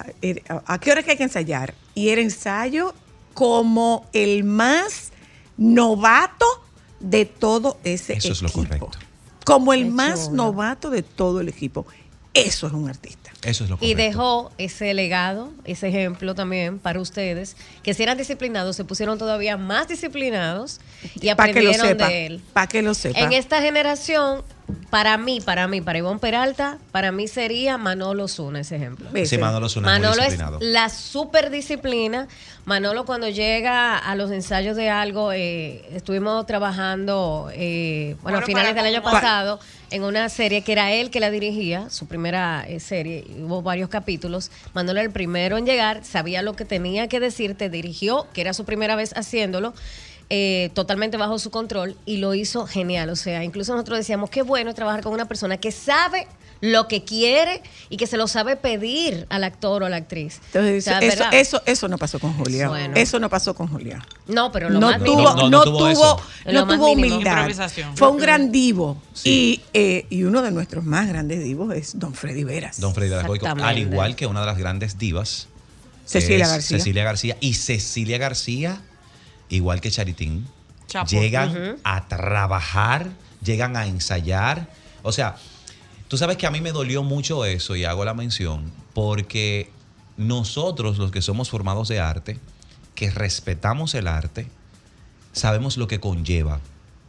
¿a qué hora es que hay que ensayar? Y era ensayo como el más novato de todo ese Eso es lo equipo. correcto. Como el Qué más chulo. novato de todo el equipo. Eso es un artista. Eso es lo Y correcto. dejó ese legado, ese ejemplo también para ustedes, que si eran disciplinados, se pusieron todavía más disciplinados y Para que lo aprendieron sepa. de él. Para que lo sepa. En esta generación, para Ivonne Peralta, para mí sería Manolo Zuna ese ejemplo. ¿Ves? Sí, Manolo es un muy Manolo es disciplinado. la super disciplina. Manolo cuando llega a los ensayos de algo, estuvimos trabajando, a finales del año pasado, en una serie que era él que la dirigía, su primera serie, y hubo varios capítulos. Manolo era el primero en llegar, sabía lo que tenía que decirte, dirigió, que era su primera vez haciéndolo, totalmente bajo su control, y lo hizo genial. O sea, incluso nosotros decíamos, qué bueno trabajar con una persona que sabe lo que quiere y que se lo sabe pedir al actor o a la actriz. Entonces, O sea, ¿verdad? eso no pasó con Julia. Bueno. Eso no pasó con Julia. No, pero lo No más tuvo, mínimo. No tuvo eso. Lo más mínimo. humildad. Improvisación. Fue un gran divo. Sí. Y uno de nuestros más grandes divos es don Freddy Veras. Don Freddy Veras Goico, al Exactamente. igual que una de las grandes divas, Cecilia es García. Cecilia García. Y Cecilia García, igual que Charitín, Chapo. llegan a trabajar, llegan a ensayar. O sea, tú sabes que a mí me dolió mucho eso, y hago la mención, porque nosotros, los que somos formados de arte, que respetamos el arte, sabemos lo que conlleva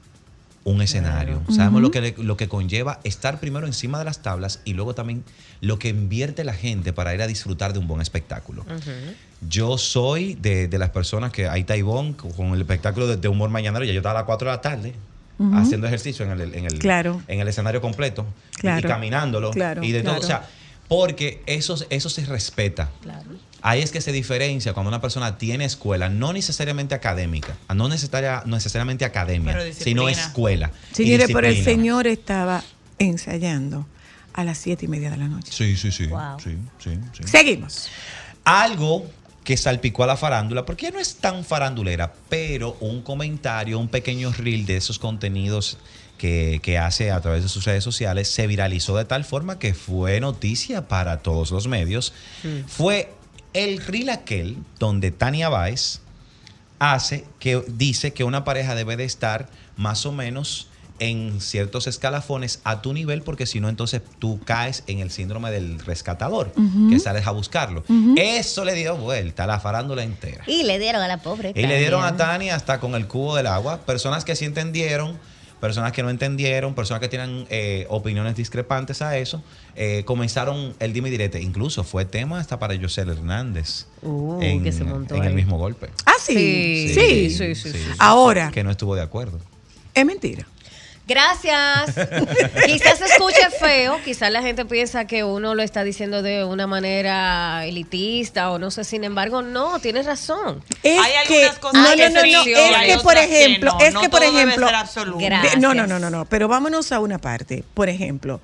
un escenario. Sabemos lo que conlleva estar primero encima de las tablas y luego también lo que invierte la gente para ir a disfrutar de un buen espectáculo. Yo soy de las personas que ahí está Ivonne con el espectáculo de humor mañanero. Ya yo estaba a las 4 de la tarde haciendo ejercicio Claro. en el escenario completo y Claro. caminándolo Claro, y de todo. claro. O sea, porque eso se respeta. Claro. Ahí es que se diferencia cuando una persona tiene escuela, no necesariamente académica, no necesariamente academia, sino escuela. Señores, pero el señor estaba ensayando a las 7:30 de la noche. Sí. Wow. Sí. Seguimos. Algo que salpicó a la farándula, porque ella no es tan farandulera, pero un comentario, un pequeño reel de esos contenidos que hace a través de sus redes sociales se viralizó de tal forma que fue noticia para todos los medios. Fue el reel aquel donde Tania Báez dice que una pareja debe de estar más o menos en ciertos escalafones a tu nivel, porque si no, entonces tú caes en el síndrome del rescatador, que sales a buscarlo. Eso le dio vuelta a la farándula entera. Y le dieron a la pobre Tania. Y le dieron a Tania hasta con el cubo del agua. Personas que sí entendieron, personas que no entendieron, personas que tienen opiniones discrepantes a eso, comenzaron el dime y direte. Incluso fue tema hasta para Yosel Hernández que se montó en ahí. el mismo golpe. Ah, sí. Sí. Ahora, Que no estuvo de acuerdo. es mentira. Gracias. Quizás se escuche feo, quizás la gente piensa que uno lo está diciendo de una manera elitista o no sé, sin embargo, no, tienes razón. Es Hay que algunas cosas no, que no, no, sí, no, hay es que otras por que ejemplo, no. es No que por todo debe ejemplo, ser absoluto. Gracias. no, pero vámonos a una parte. Por ejemplo,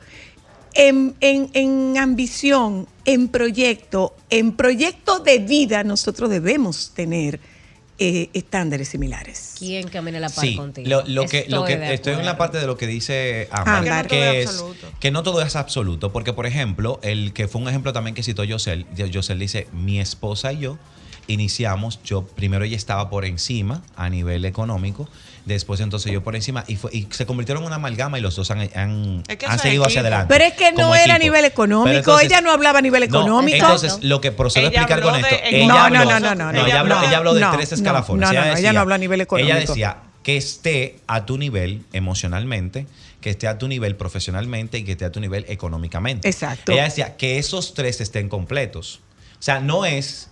en ambición, en proyecto de vida, nosotros debemos tener estándares similares. ¿Quién camina la par Sí, contigo? estoy en la parte de lo que dice Ámbar, Ámbar, que que no todo es absoluto, porque por ejemplo, el que fue un ejemplo también que citó Yosel dice, mi esposa y yo iniciamos, primero ella estaba por encima a nivel económico, después entonces yo por encima y se convirtieron en una amalgama y los dos han seguido hacia adelante. Pero es que no como era a equipo. nivel económico, Pero entonces, ella no hablaba a nivel económico. Entonces, lo que procedo a Ella explicar habló con esto, de- ella habló de no, 3 escalafones. ella no habló a nivel económico. Ella decía que esté a tu nivel emocionalmente, que esté a tu nivel profesionalmente y que esté a tu nivel económicamente. Exacto. Ella decía que esos 3 estén completos. O sea, no es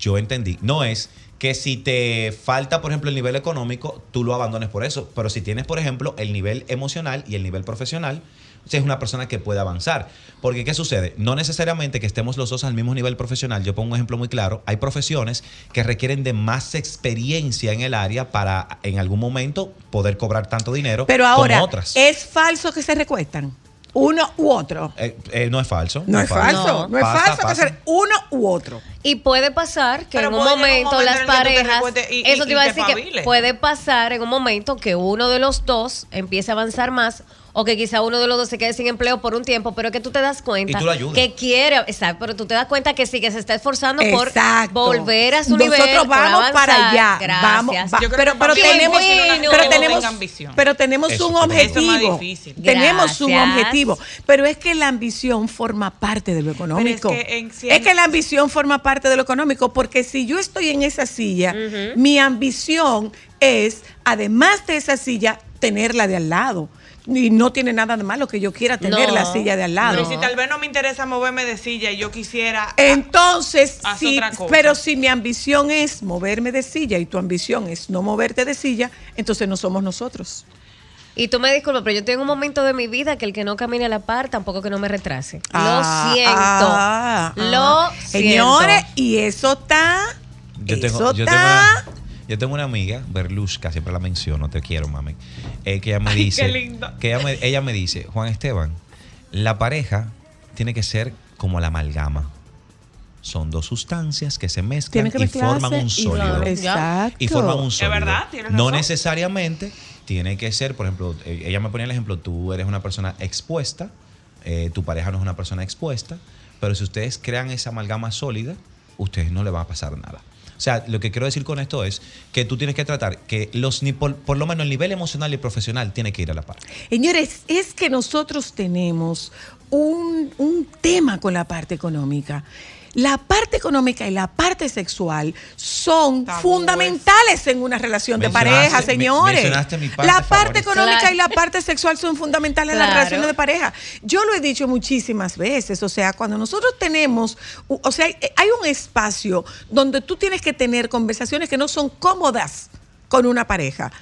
que si te falta, por ejemplo, el nivel económico, tú lo abandones por eso. Pero si tienes, por ejemplo, el nivel emocional y el nivel profesional, es una persona que puede avanzar. Porque, ¿qué sucede? No necesariamente que estemos los dos al mismo nivel profesional. Yo pongo un ejemplo muy claro. Hay profesiones que requieren de más experiencia en el área para, en algún momento, poder cobrar tanto dinero Pero ahora, como otras. ¿es falso que se recuestan? Uno u otro. No es falso. No es falso. No es Pasa, falso que sea uno u otro. Y puede pasar que Pero en un puede llegar un momento momento las en el que tú te parejas, recuestes y eso te iba a te decir que espabiles. puede pasar en un momento que uno de los dos empiece a avanzar más o que quizá uno de los dos se quede sin empleo por un tiempo, pero que tú te das cuenta Y tú lo ayudas. que quiere, exacto, pero tú te das cuenta que sí, que se está esforzando Exacto. por volver a su Nosotros nivel. por vamos avanzar. para allá. Gracias. Vamos, Yo creo pero que para mí tenemos, es difícil pero que tenemos, tenga ambición. pero tenemos Eso un es objetivo. Eso es más difícil. Tenemos un Gracias. objetivo. Pero es que la ambición forma parte de lo económico. Pero es que en Es que la ambición forma parte de lo económico, porque si yo estoy en esa silla, mi ambición es, además de esa silla, tenerla de al lado. Y no tiene nada de malo que yo quiera tener No. la silla de al lado. Pero si tal vez no me interesa moverme de silla y yo quisiera... Entonces, Haz sí, otra cosa. pero si mi ambición es moverme de silla y tu ambición es no moverte de silla, entonces no somos nosotros. Y tú me disculpas, pero yo tengo un momento de mi vida que el que no camine a la par, tampoco que no me retrase. Ah, Lo siento. Señores, y eso está... Yo tengo una amiga, Berlusca, siempre la menciono, te quiero, mami, que ella me Ay, dice, qué lindo. que ella me dice, Juan Esteban, la pareja tiene que ser como la amalgama. Son 2 sustancias que se mezclan Tiene que y forman un mezclarse y- sólido. Exacto. Y forman un sólido. verdad, tienes No razón. necesariamente tiene que ser, por ejemplo, ella me ponía el ejemplo, tú eres una persona expuesta, tu pareja no es una persona expuesta, pero si ustedes crean esa amalgama sólida, ustedes no le va a pasar nada. O sea, lo que quiero decir con esto es que tú tienes que tratar que por lo menos el nivel emocional y profesional tiene que ir a la par. Señores, es que nosotros tenemos un tema con la parte económica. La parte económica y la parte sexual son Tabúes. fundamentales en una relación de Mencionaste- pareja, señores. mencionaste mi parte La parte favorita. económica Claro. y la parte sexual son fundamentales en las Claro. relaciones de pareja. Yo lo he dicho muchísimas veces, o sea, cuando nosotros tenemos, o sea, hay un espacio donde tú tienes que tener conversaciones que no son cómodas con una pareja.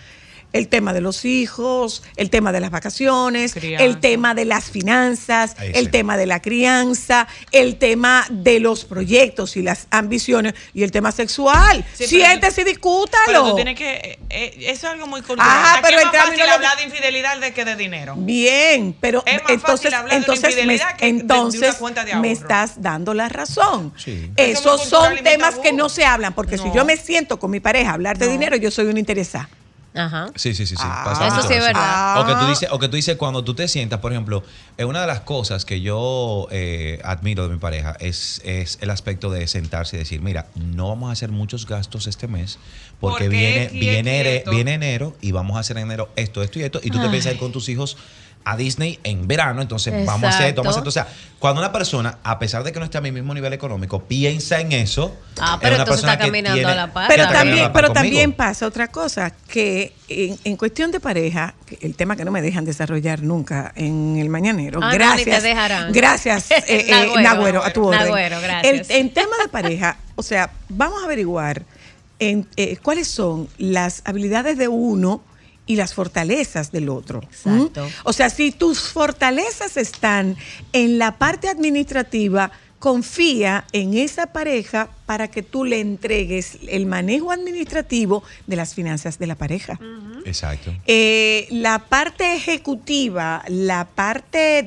el tema de los hijos, el tema de las vacaciones, Crianza. el tema de las finanzas, Ahí el sí. tema de la crianza, el tema de los proyectos y las ambiciones y el tema sexual. Sí, pero Siéntese y Pero discútalo. tú tienes que. Eso es algo muy cultural. Ajá, Aquí pero es más entramos fácil en lo hablar de infidelidad de que de dinero. Bien, pero Es más fácil hablar de una infidelidad que de una cuenta de me ahorro. estás dando la razón. Sí. Eso Esos es muy cultural son y muy temas tabú. que no se hablan, porque si No. yo me siento con mi pareja a hablar de dinero, yo soy una interesada. Ajá. Sí. Ah, pasa eso mucho sí es verdad. O que tú dices cuando tú te sientas, por ejemplo, una de las cosas que yo admiro de mi pareja es el aspecto de sentarse y decir, mira, no vamos a hacer muchos gastos este mes porque Porque viene quieto. enero y vamos a hacer en enero esto y esto y tú te Ay. piensas ir con tus hijos a Disney en verano, entonces vamos a hacer esto, vamos a hacer esto. O sea, cuando una persona, a pesar de que no esté a mi mismo nivel económico, piensa en eso, Pero es una entonces persona está que caminando tiene- a la par. que Pero está caminando a también, la par pero conmigo. también pasa otra cosa, que en cuestión de pareja, que el tema que no me dejan desarrollar nunca en el mañanero. Ah, no, gracias. ni te dejarán. Gracias, Nagüero, a tu orden. Nagüero, gracias. En tema de pareja, o sea, vamos a averiguar cuáles son las habilidades de uno y las fortalezas del otro. Exacto. O sea, si tus fortalezas están en la parte administrativa, confía en esa pareja para que tú le entregues el manejo administrativo de las finanzas de la pareja. Exacto. La parte ejecutiva, la parte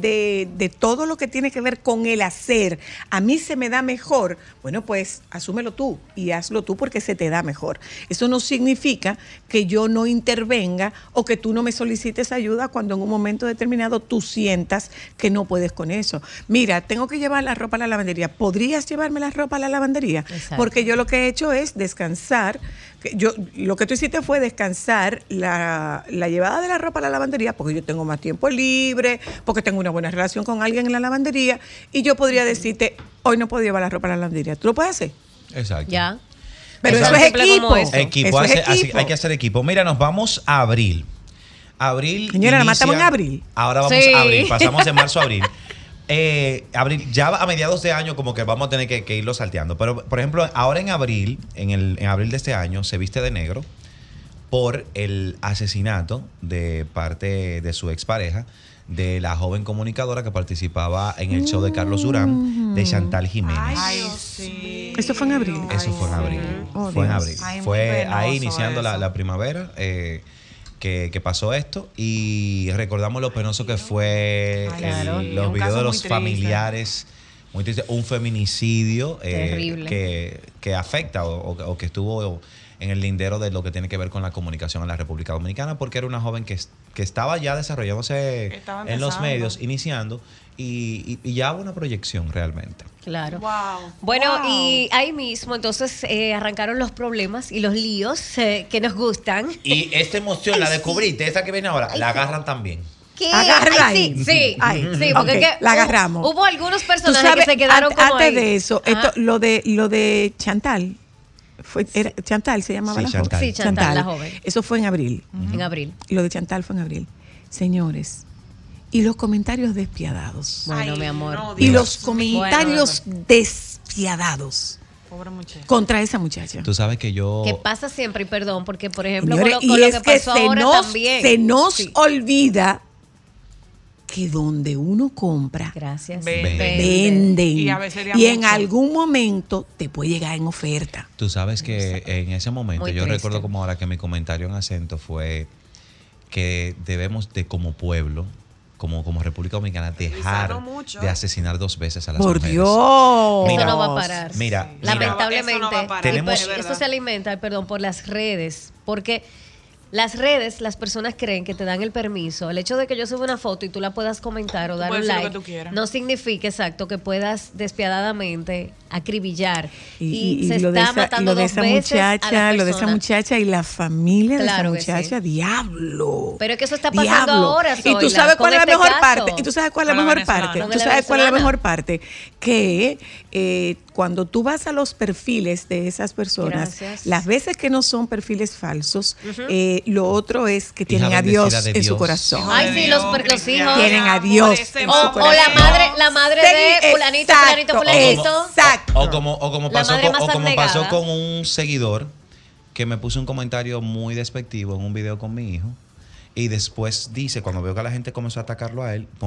de todo lo que tiene que ver con el hacer, a mí se me da mejor. Bueno, pues asúmelo tú y hazlo tú porque se te da mejor. Eso no significa que yo no intervenga o que tú no me solicites ayuda cuando en un momento determinado tú sientas que no puedes con eso. Mira, tengo que llevar la ropa a la lavandería. ¿Podrías llevarme la ropa a la lavandería? Exacto. Porque yo lo que he hecho es descansar. Lo que tú hiciste fue descansar la llevada de la ropa a la lavandería porque yo tengo más tiempo libre, porque tengo una buena relación con alguien en la lavandería y yo podría decirte, hoy no puedo llevar la ropa a la lavandería. ¿Tú lo puedes hacer? Exacto. Ya. Pero Eso eso es es simple equipo. como eso. Equipo, Eso es así equipo. hay que hacer equipo. Mira, nos vamos a abril. Abril. Señora, nada más estamos en abril. Ahora vamos Sí. a abril. Pasamos de marzo a abril. Abril, ya a mediados de año como que vamos a tener que irlo salteando. Pero, por ejemplo, ahora en abril, en abril de este año, se viste de negro por el asesinato de parte de su expareja, de la joven comunicadora que participaba en el show de Carlos Durán, de Chantal Jiménez. Ay, sí. Eso fue en abril. Eso fue en abril. Oh, fue en Dios. abril. Ay, muy Fue penoso ahí iniciando eso. la primavera que pasó esto y recordamos lo penoso que fue Ay, claro. los un videos caso de muy los triste. familiares. Muy triste. Un feminicidio Terrible. que afecta o que estuvo en el lindero de lo que tiene que ver con la comunicación en la República Dominicana, porque era una joven que estaba ya desarrollándose Estaba en los empezando. medios, iniciando, y ya hubo una proyección realmente. Claro. Wow. Bueno, Wow. y ahí mismo entonces arrancaron los problemas y los líos que nos gustan. Y esta emoción la descubriste, esta que viene ahora, la agarran también. ¿Qué? Agárrala Ay, ahí. sí, sí, Ay, sí, porque ok, es que la agarramos. Hubo algunos Tú personajes sabes, que se quedaron como antes ahí. de eso, Ajá. lo de Chantal, Chantal se llamaba Sí, la Chantal. joven. Sí, Chantal, la joven. Eso fue en abril. En abril. Lo de Chantal fue en abril. Señores, y los comentarios despiadados. Bueno, Ay, mi amor. no, Y Dios los mío. comentarios despiadados Pobre muchacho. contra esa muchacha. Tú sabes que yo... Que pasa siempre, y perdón, porque por ejemplo Señores, con y lo es que que pasó ahora también. se nos Sí. olvida que donde uno compra, Gracias. venden. Y a veces sería Y en mucho. algún momento te puede llegar en oferta. Tú sabes que en ese momento, Muy yo triste. recuerdo como ahora que mi comentario en acento fue que debemos de como pueblo, como República Dominicana, dejar Revisarlo mucho. de asesinar 2 veces a las Por mujeres. Dios. Eso Mira, no va a parar. Mira, Lamentablemente. Eso no va a parar. Tenemos- Y de eso verdad. se alimenta, perdón, por las redes. Porque las redes, las personas creen que te dan el permiso. El hecho de que yo suba una foto y tú la puedas comentar o dar un puedes decir lo like, que tú quieras. no significa, exacto, que puedas despiadadamente acribillar. Y, Y se lo de está esa, matando lo de dos esa veces a muchacha, la lo de esa persona. muchacha y la familia Claro de que esa muchacha, sí. diablo. Pero es que eso está pasando ahora, Y tú Zoila, sabes cuál es con la este mejor caso. parte. Y tú sabes cuál es la Con la mejor parte. venezolana. Con Tú la sabes cuál es la venezolana. mejor parte. Que cuando tú vas a los perfiles de esas personas, Gracias. las veces que no son perfiles falsos, lo otro es que tienen a bendecida Dios de en su Dios. corazón. Hijo Ay, de sí, Dios, los cristiana, hijos. Tienen a por Dios ese en O, su amor. o la corazón. madre de fulanito, fulanito, Exacto. fulanito. Exacto. O como La pasó madre con, más o como pasó abnegada. con un seguidor que me puso un comentario muy despectivo en un video con mi hijo. Y después dice, cuando veo que la gente comenzó a atacarlo a él,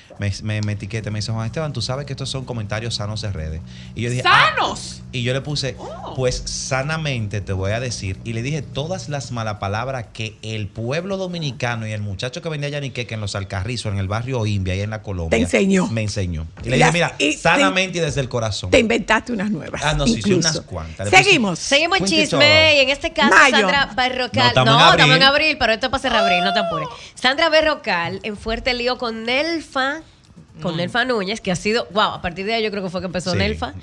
me etiqueta, me dice, Juan Esteban, tú sabes que estos son comentarios sanos en redes. Y yo dije, ¡sanos! Y yo le puse, pues sanamente te voy a decir. Y le dije todas las malas palabras que el pueblo dominicano y el muchacho que vendía Yaniqueque en los Alcarrizos, en el barrio Imbia, ahí en la Colombia. Te enseñó. Me enseñó. Y le dije, mira, sanamente y desde el corazón. Te inventaste unas nuevas. Ah, no, sí, incluso. unas cuantas. Seguimos el chisme y en este caso Mayo. Sandra Berrocal. No, estamos en abril, pero esto es para cerrar abril, no te apures. Sandra Berrocal en fuerte lío con Nelfa Núñez, que ha sido, wow, a partir de ahí yo creo que fue que empezó Sí, Nelfa.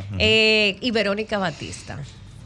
Y Verónica Batista.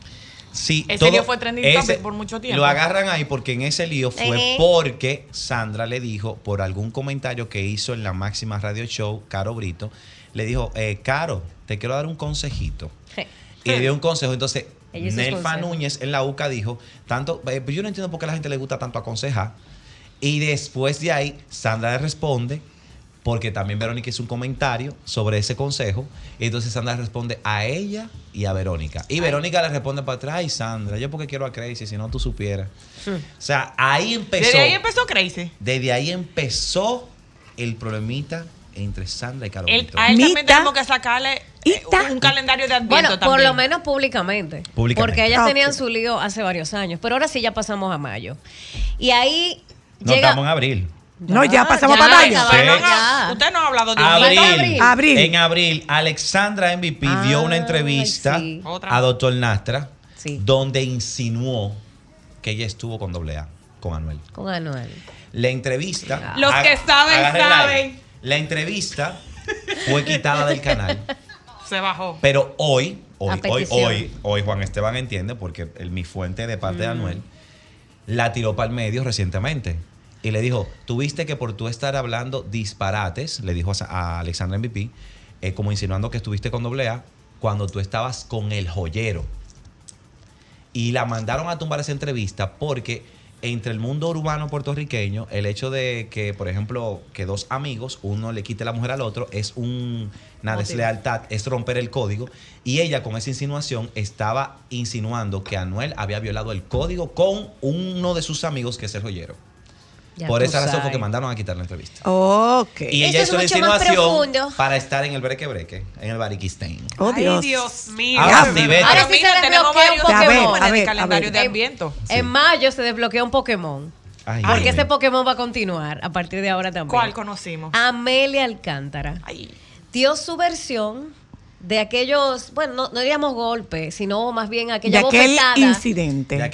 Sí, Ese lío fue trending topic por mucho tiempo. Lo agarran ahí porque en ese lío fue porque Sandra le dijo, por algún comentario que hizo en la Máxima Radio Show, Caro Brito, le dijo, Caro, te quiero dar un consejito. Y le dio un consejo. Entonces, Nelfa Núñez en la UCA dijo, yo no entiendo por qué a la gente le gusta tanto aconsejar. Y después de ahí, Sandra le responde, porque también Verónica hizo un comentario sobre ese consejo. Y entonces Sandra le responde a ella y a Verónica. Y Verónica le responde para atrás, ay, Sandra, yo porque quiero a Crazy, si no tú supieras. O sea, ahí empezó. Desde ahí empezó Crazy. Desde ahí empezó el problemita entre Sandra y Carolina. A él también tenemos que sacarle un calendario de Adviento. Bueno, también. por lo menos públicamente. Porque ellas tenían su lío hace varios años. Pero ahora sí ya pasamos a mayo. Y ahí no, estamos en abril. No, ya pasamos para mayo. Usted no ha hablado de abril. En abril, Alexandra MVP dio una entrevista a Dr. Nastra, donde insinuó que ella estuvo con AA, con Anuel. La entrevista. Los que saben. La entrevista fue quitada del canal. Se bajó. Pero hoy, Juan Esteban entiende, porque mi fuente de parte de Anuel la tiró para el medio recientemente. Y le dijo, tuviste que por tú estar hablando disparates, le dijo a Alexandra MVP, como insinuando que estuviste con AA, cuando tú estabas con el joyero. Y la mandaron a tumbar esa entrevista porque entre el mundo urbano puertorriqueño, el hecho de que, por ejemplo, que dos amigos, uno le quite la mujer al otro, es una deslealtad, es romper el código. Y ella, con esa insinuación, estaba insinuando que Anuel había violado el código con uno de sus amigos, que es el joyero. Por esa razón fue que mandaron a quitar la entrevista. Y ella hizo la insinuación para estar en el breque, en el Bariquistén. Ay, Dios mío. Ahora sí se desbloquea un Pokémon en el calendario de Adviento. En mayo se desbloquea un Pokémon. Porque ese Pokémon va a continuar a partir de ahora también. ¿Cuál conocimos? Amelia Alcántara. Dio su versión de aquellos, bueno, no diríamos golpes, sino más bien aquella bofetada. De aquel incidente. De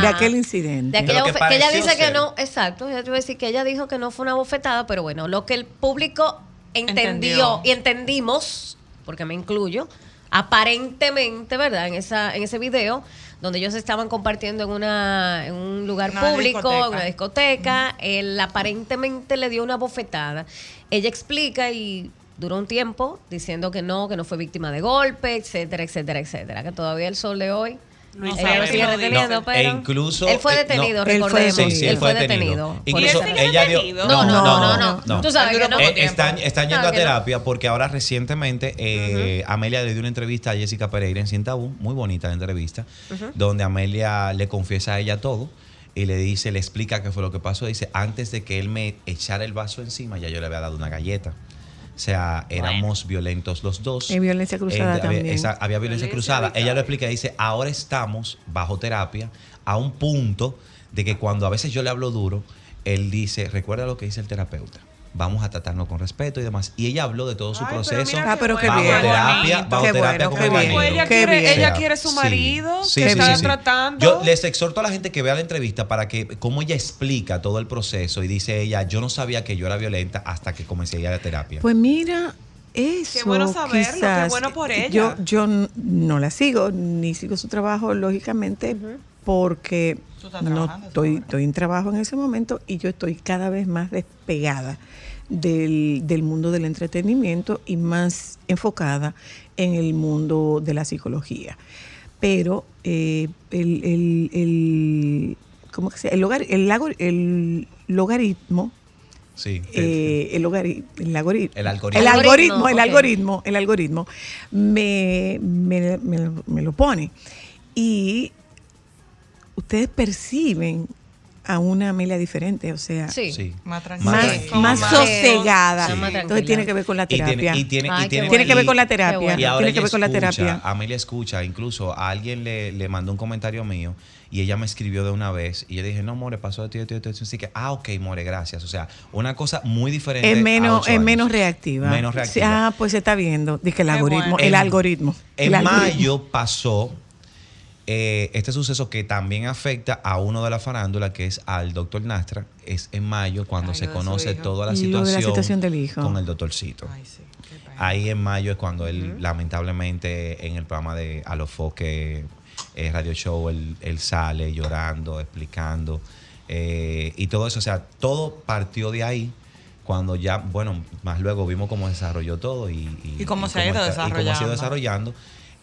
aquella que ella dice que no, exacto, yo te voy a decir que ella dijo que no fue una bofetada, pero bueno, lo que el público entendió y entendimos, porque me incluyo, aparentemente, ¿verdad? En ese video, donde ellos estaban compartiendo en un lugar público, en una discoteca, él aparentemente le dio una bofetada. Ella explica y duró un tiempo diciendo que no fue víctima de golpe, etcétera, etcétera, etcétera. Que todavía el sol de hoy ella lo sigue reteniendo, pero incluso él fue detenido, recordemos. Él fue detenido. Incluso ella dio no. Tú sabes que no. Están yendo a terapia porque ahora recientemente Amelia le dio una entrevista a Jessica Pereira en Sin Tabú, muy bonita la entrevista, donde Amelia le confiesa a ella todo. Y le explica qué fue lo que pasó. Dice, antes de que él me echara el vaso encima, ya yo le había dado una galleta. O sea, éramos violentos los dos. Hay violencia cruzada también. Había violencia cruzada. Ella lo explica, dice, ahora estamos bajo terapia a un punto de que cuando a veces yo le hablo duro, él dice, recuerda lo que dice el terapeuta. Vamos a tratarnos con respeto y demás. Y ella habló de todo su proceso. Pero qué bajo bien. terapia con el marido. Ella quiere su marido, que está tratando. Yo les exhorto a la gente que vea la entrevista para que, como ella explica todo el proceso y dice ella, yo no sabía que yo era violenta hasta que comencé a ir a la terapia. Pues mira, eso qué bueno saberlo, quizás, qué bueno por ella. Yo no la sigo, ni sigo su trabajo, lógicamente, porque no estoy en trabajo en ese momento y yo estoy cada vez más despegada del mundo del entretenimiento y más enfocada en el mundo de la psicología. Pero ¿cómo que se llama? El logaritmo. Sí. El algoritmo me lo pone. Y ustedes perciben a una Amelia diferente, o sea, Sí. Sí. Más tranquila. más Más- sosegada. Sí. Más Entonces tranquila. tiene que ver con la terapia. Y tiene Ay, qué tiene Tiene que ver con la Qué terapia. bueno. Y ahora Tiene que ella ver con la escucha, terapia. Amelia escucha, incluso a alguien le mandó un comentario mío y ella me escribió de una vez y yo dije, no, more, pasó de ti. Así que, ok, more, gracias. O sea, una cosa muy diferente. Es a menos, 8 es años. menos reactiva. Menos Sí, reactiva. pues se está viendo. Dice el Qué algoritmo. bueno. El algoritmo. En el algoritmo. mayo pasó este suceso que también afecta a uno de la farándula, que es al doctor Nastra. Es en mayo cuando Ay, se lo de su conoce hijo. toda la Lo de situación, la situación del hijo. con el doctorcito. Ay, sí. Qué pena. Ahí en mayo es cuando él, lamentablemente, en el programa de Alofoque Radio Show, él sale llorando, explicando, y todo eso. O sea, todo partió de ahí, cuando ya, bueno, más luego vimos cómo desarrolló todo Y cómo se ha ido y cómo se ha ido desarrollando. desarrollando.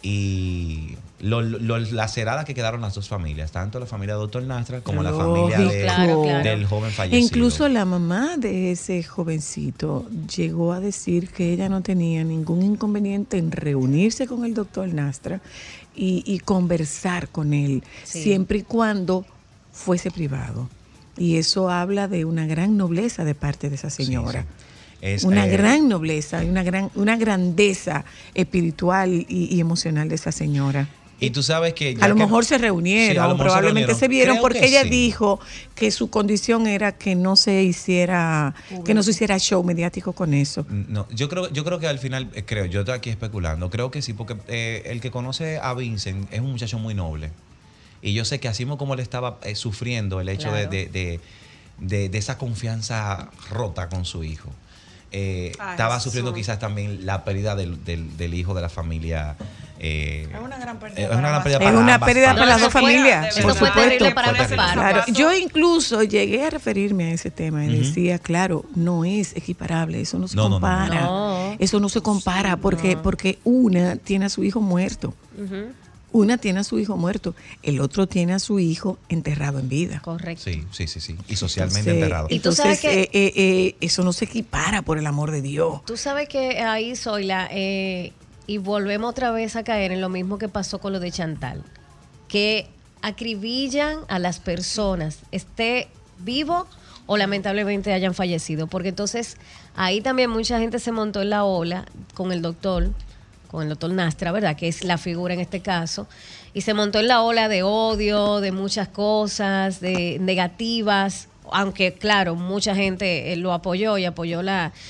Y lo laceradas que quedaron las dos familias, tanto la familia de Doctor Nastra como la familia Lógico. Claro. del joven E fallecido. incluso la mamá de ese jovencito llegó a decir que ella no tenía ningún inconveniente en reunirse con el doctor Nastra y conversar con él, Sí. siempre y cuando fuese privado. Y eso habla de una gran nobleza de parte de esa señora. Sí, sí. Es, Una gran nobleza y una grandeza espiritual y emocional de esa señora. Y tú sabes que A lo que- mejor se Sí, a lo reunieron, mejor probablemente se vieron, Creo porque que ella sí. dijo que su condición era que no se hiciera show mediático con eso. No, yo creo que al final, yo estoy aquí especulando, creo que sí, porque el que conoce a Vincent es un muchacho muy noble. Y yo sé que así como él estaba sufriendo el hecho Claro. de esa confianza rota con su hijo, estaba sufriendo quizás también la pérdida del hijo de la familia. Es una gran pérdida. Es una gran pérdida Es para una ambas pérdida partes. para las No, dos eso fue- familias. eso por fue supuesto. terrible para ambas Fue partes. Claro, Pasó. yo incluso llegué a referirme a ese tema y decía, claro, no es equiparable, eso no se No, no, no, compara. no. Eso no se compara porque una tiene a su hijo muerto. Una tiene a su hijo muerto, el otro tiene a su hijo enterrado en vida. Correcto. Sí. Y socialmente Entonces, enterrado. Y tú sabes eso no se equipara, por el amor de Dios. Tú sabes que ahí, Zoila, y volvemos otra vez a caer en lo mismo que pasó con lo de Chantal, que acribillan a las personas, esté vivo o lamentablemente hayan fallecido, porque entonces ahí también mucha gente se montó en la ola con el doctor Nastra, ¿verdad? Que es la figura en este caso, y se montó en la ola de odio, de muchas cosas, de negativas, aunque claro, mucha gente lo apoyó y apoyó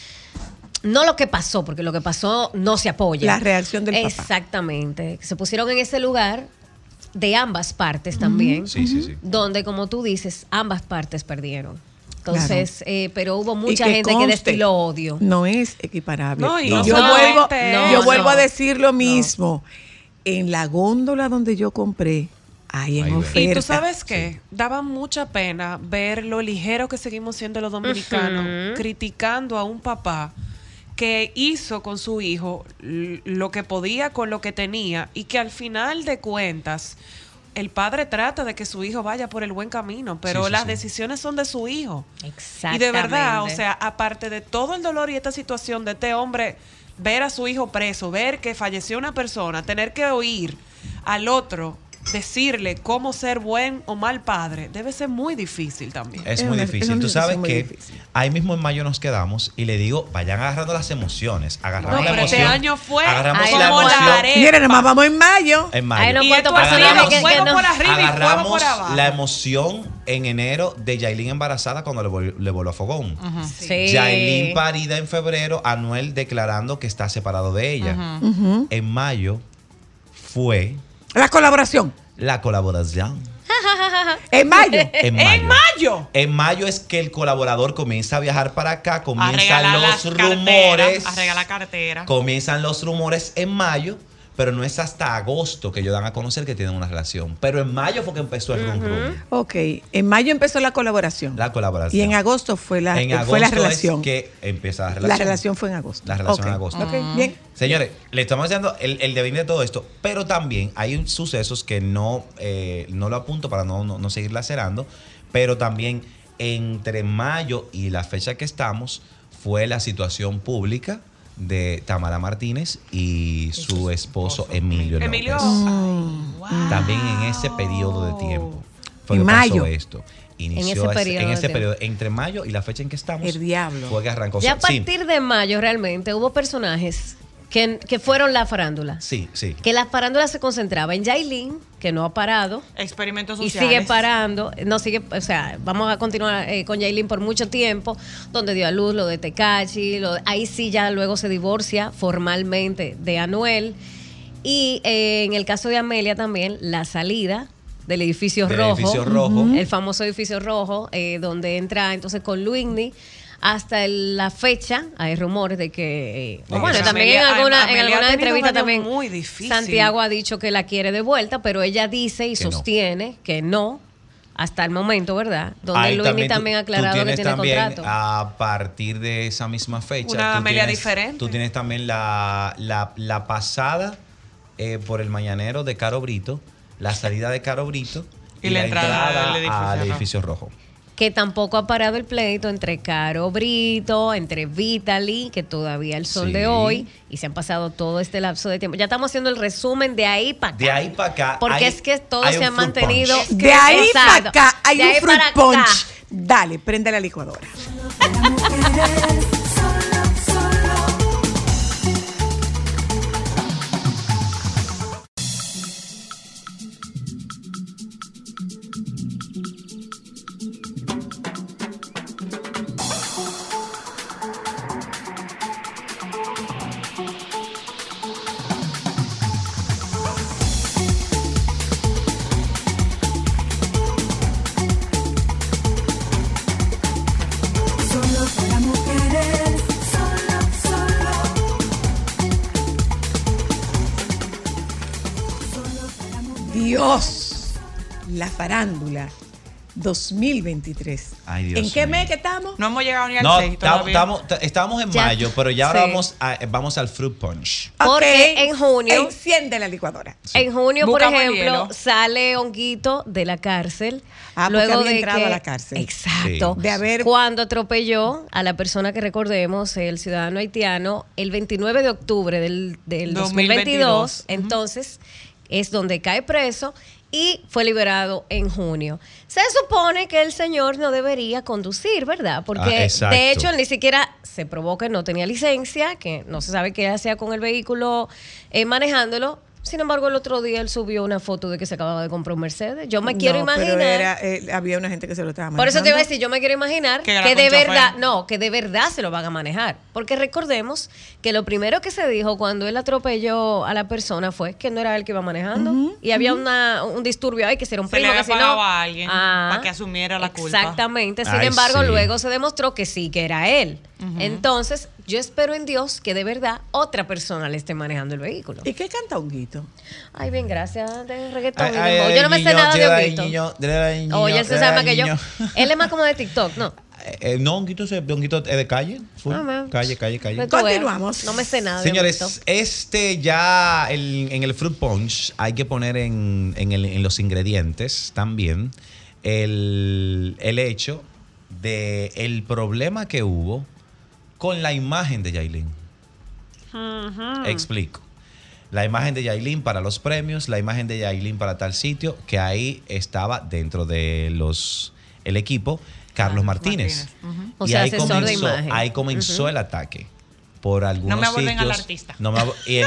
no lo que pasó, porque lo que pasó no se apoya. La reacción del papá. Exactamente. Se pusieron en ese lugar de ambas partes también, Sí. donde, como tú dices, ambas partes perdieron. Entonces, pero hubo mucha Y gente que conste, destiló odio. No es equiparable. No, y y no yo solamente vuelvo eso. a decir lo mismo. En la góndola donde yo compré, hay en Ahí ven. oferta. Y tú sabes qué, daba mucha pena ver lo ligero que seguimos siendo los dominicanos, criticando a un papá que hizo con su hijo lo que podía con lo que tenía y que al final de cuentas el padre trata de que su hijo vaya por el buen camino, pero Sí. las decisiones son de su hijo. Exactamente. Y de verdad, o sea, aparte de todo el dolor y esta situación de este hombre, ver a su hijo preso, ver que falleció una persona, tener que oír al otro decirle cómo ser buen o mal padre, debe ser muy difícil también. Es Es muy una- difícil. es una Tú sabes situación muy que difícil. ahí mismo en mayo nos quedamos y le digo, vayan agarrando las emociones. Agarramos No, la pero emoción. este año fue agarramos Ay, la como la emoción. arepa. Miren, nada más vamos en mayo. En mayo. Ay, no, Y cuántos esto ha sido personajes que fuego no- por arriba y fuego Agarramos por abajo. la emoción en enero de Yailin embarazada cuando le voló a fogón. Sí. Yailin parida en febrero, Anuel declarando que está separado de ella. En mayo fue La colaboración. la colaboración. En mayo. En mayo. ¡En mayo! En mayo es que el colaborador comienza a viajar para acá, A comienzan regalar los las rumores. carteras, a regalar cartera. Comienzan los rumores en mayo, pero no es hasta agosto que ellos dan a conocer que tienen una relación. Pero en mayo fue que empezó el rum rum, Ok, en mayo empezó la colaboración. la colaboración. Y en agosto fue la agosto relación. es que empieza la relación. La relación fue en agosto. La relación Ok, en agosto. Ok, bien. Señores, le estamos dando el devenir de todo esto, pero también hay sucesos que no lo apunto para no seguir lacerando, pero también entre mayo y la fecha que estamos fue la situación pública de Tamara Martínez y su esposo Emilio López. Emilio, Mm. ay, wow. También en ese periodo de tiempo. fue En que pasó mayo. esto. En Inició ese periodo en de ese tiempo. periodo, entre mayo y la fecha en que estamos, El diablo. fue que arrancó. Ya a Sí, partir de mayo realmente hubo personajes que fueron la farándula. sí. Que la farándula se concentraba en Yailin, que no ha parado. Experimentos Y sociales. sigue parando, no sigue, o sea, vamos a continuar con Yailin por mucho tiempo, donde dio a luz lo de Tekashi, ahí sí ya luego se divorcia formalmente de Anuel. Y en el caso de Amelia también, la salida del edificio Del rojo, edificio rojo. el famoso edificio rojo, donde entra entonces con Luigny. Hasta la fecha hay rumores de que bueno, que también Amelia- en alguna Amelia ha tenido entrevista un año también muy difícil. Santiago ha dicho que la quiere de vuelta, pero ella dice y Que no. sostiene que no hasta el momento, ¿verdad? Donde Ahí Luigny tú- también ha tú aclarado que tienes tiene también, contrato. a partir de esa misma fecha, Una tú Amelia tienes- diferente. Tú tienes también la pasada por el mañanero de Caro Brito, la salida de Caro Brito Y la entrada del edificio al rojo. edificio rojo. Que tampoco ha parado el pleito entre Caro Brito, entre Vitaly, que todavía el sol Sí. de hoy, y se han pasado todo este lapso de tiempo. Ya estamos haciendo el resumen de ahí para acá. De ahí para acá. Porque hay- es que todo hay se un ha fruit mantenido. punch. De ahí para Exacto. acá hay De un ahí fruit para punch. acá. Dale, prende la licuadora. Para mujeres, solo. Solo para mujeres, solo. Solo para mujeres. Dios, la farándula 2023. Ay, Dios ¿En qué mío. mes que estamos? No hemos llegado ni al No, 6 todavía. estábamos en Ya. mayo, pero ya ahora Sí. vamos al fruit punch. Porque Ok, en junio- Enciende la licuadora. En junio, por Buscamos el ejemplo, hielo. sale Honguito de la cárcel. Ah, porque había entrado a la cárcel. Exacto. Sí. De haber- Cuando atropelló a la persona que recordemos, el ciudadano haitiano, el 29 de octubre del 2022. 2022. Entonces, es donde cae preso y fue liberado en junio. Se supone que el señor no debería conducir, ¿verdad? Porque exacto. de hecho él ni siquiera se probó que no tenía licencia, que no se sabe qué hacía con el vehículo manejándolo. Sin embargo, el otro día él subió una foto de que se acababa de comprar un Mercedes. Yo me quiero No, imaginar. Pero había una gente que se lo estaba manejando. Por eso te iba a decir, yo me quiero imaginar Que era que con de chofer. verdad, que de verdad se lo van a manejar. Porque recordemos que lo primero que se dijo cuando él atropelló a la persona fue que no era él que iba manejando. Y había un disturbio ahí, que si era un Se primo, le que había si no. pagado a alguien para que asumiera la culpa. Exactamente. Sin Ay, embargo, sí. luego se demostró que sí, que era él. Entonces, yo espero en Dios que de verdad otra persona le esté manejando el vehículo. ¿Y qué canta Honguito? Ay, bien, gracias de reggaetón. y Ay, dembow. ay, Yo no me sé niño, nada de tira, Honguito. niño, Oye, él se sabe más que yo. niño. Él es más como de TikTok, ¿no? No, Honguito es de calle. Full. Ah, man. Calle. Pues tú veas, Continuamos. No me sé nada de Señores, Honguito. ya en el fruit punch hay que poner en los ingredientes también el hecho de el problema que hubo con la imagen de Yailin. Explico. La imagen de Yailin para los premios, la imagen de Yailin para tal sitio, que ahí estaba dentro de el equipo Carlos Martínez. O Y sea, ahí asesor de imagen. ahí comenzó el ataque. Por algunos No me aborden al sitios. artista. No me aborden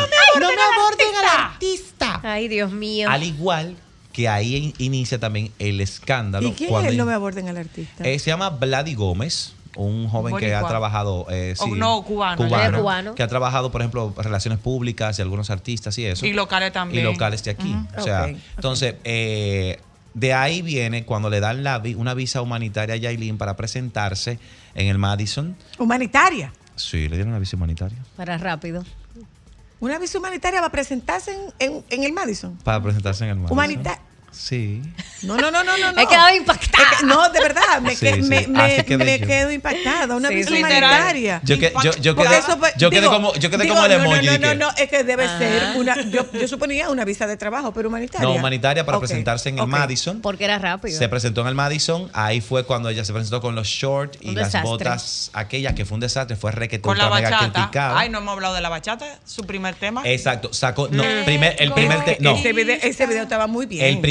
al artista. Ay, Dios mío. Al igual que ahí inicia también el escándalo. ¿Y quién cuando es el no me aborden al artista? se llama Vladi Gómez, un joven que ha Boricua. trabajado, cubano. Él es cubano. que ha trabajado, por ejemplo, relaciones públicas y algunos artistas y eso. Y locales también. Y locales de aquí. O sea, Ok, ok. entonces, de ahí viene cuando le dan una visa humanitaria a Yailin para presentarse en el Madison. Humanitaria. Sí, le dieron una visa humanitaria. Para rápido. Una visa humanitaria va a presentarse en el Madison. Para presentarse en el Madison. Humanitaria. Sí. No. He quedado impactada. Es que- no, de verdad, Sí, sí. Así quedé yo. quedo impactada. Una Sí, visa sí, humanitaria. Yo quedé Digo, como el emoji. de que- No, es que debe ser una. Yo suponía una visa de trabajo, pero humanitaria. No, humanitaria para Ok, presentarse en el ok. Madison. Porque era rápido. Se presentó en el Madison. Ahí fue cuando ella se presentó con los shorts y Un las desastre. botas aquellas, que fue un desastre. Fue requete Con la ultra mega bachata. criticada. Ay, no hemos hablado de la bachata, su primer tema. Exacto. Sacó. No, el primer Ese video estaba muy bien. El primer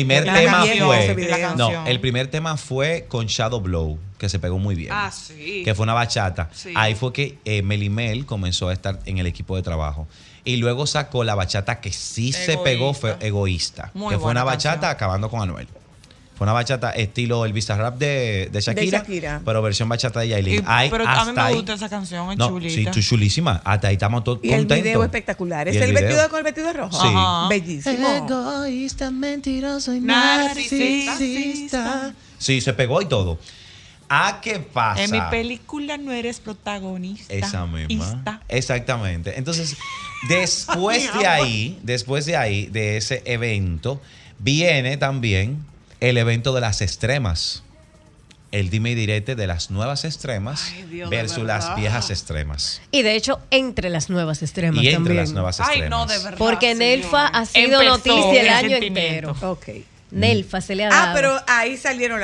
primer La tema canción, fue. la canción. No, el primer tema fue con Shadow Blow, que se pegó muy bien. Ah, sí. Que fue una bachata. Sí. Ahí fue que Melimel comenzó a estar en el equipo de trabajo. Y luego sacó la bachata que sí se pegó, fue Egoísta. Muy que fue buena una bachata canción. acabando con Anuel. Fue una bachata estilo el Bizarrap de Shakira, Shakira. pero versión bachata de Yailin. Pero a mí me gusta esa canción, es no, chulita. sí, chulísima. Hasta ahí estamos todos Y el contentos. video espectacular. Y ¿Es el el video. vestido con el vestido rojo? Sí. Ajá. Bellísimo. Egoísta, mentiroso y narcisista. Sí, se pegó y todo. ¿A qué pasa? En mi película no eres protagonista. Esa misma. Exactamente. Entonces, después de ahí, de ese evento, viene también el evento de las extremas. El dime y direte de las nuevas extremas Ay, Dios, de versus verdad. las viejas extremas. Y de hecho, entre las nuevas extremas Y entre también. las nuevas extremas. Ay, no, de verdad. Porque Nelfa señores. ha sido Empezó noticia el el año sentimiento. entero. Ok. Nelfa se le ha dado. Pero ahí salieron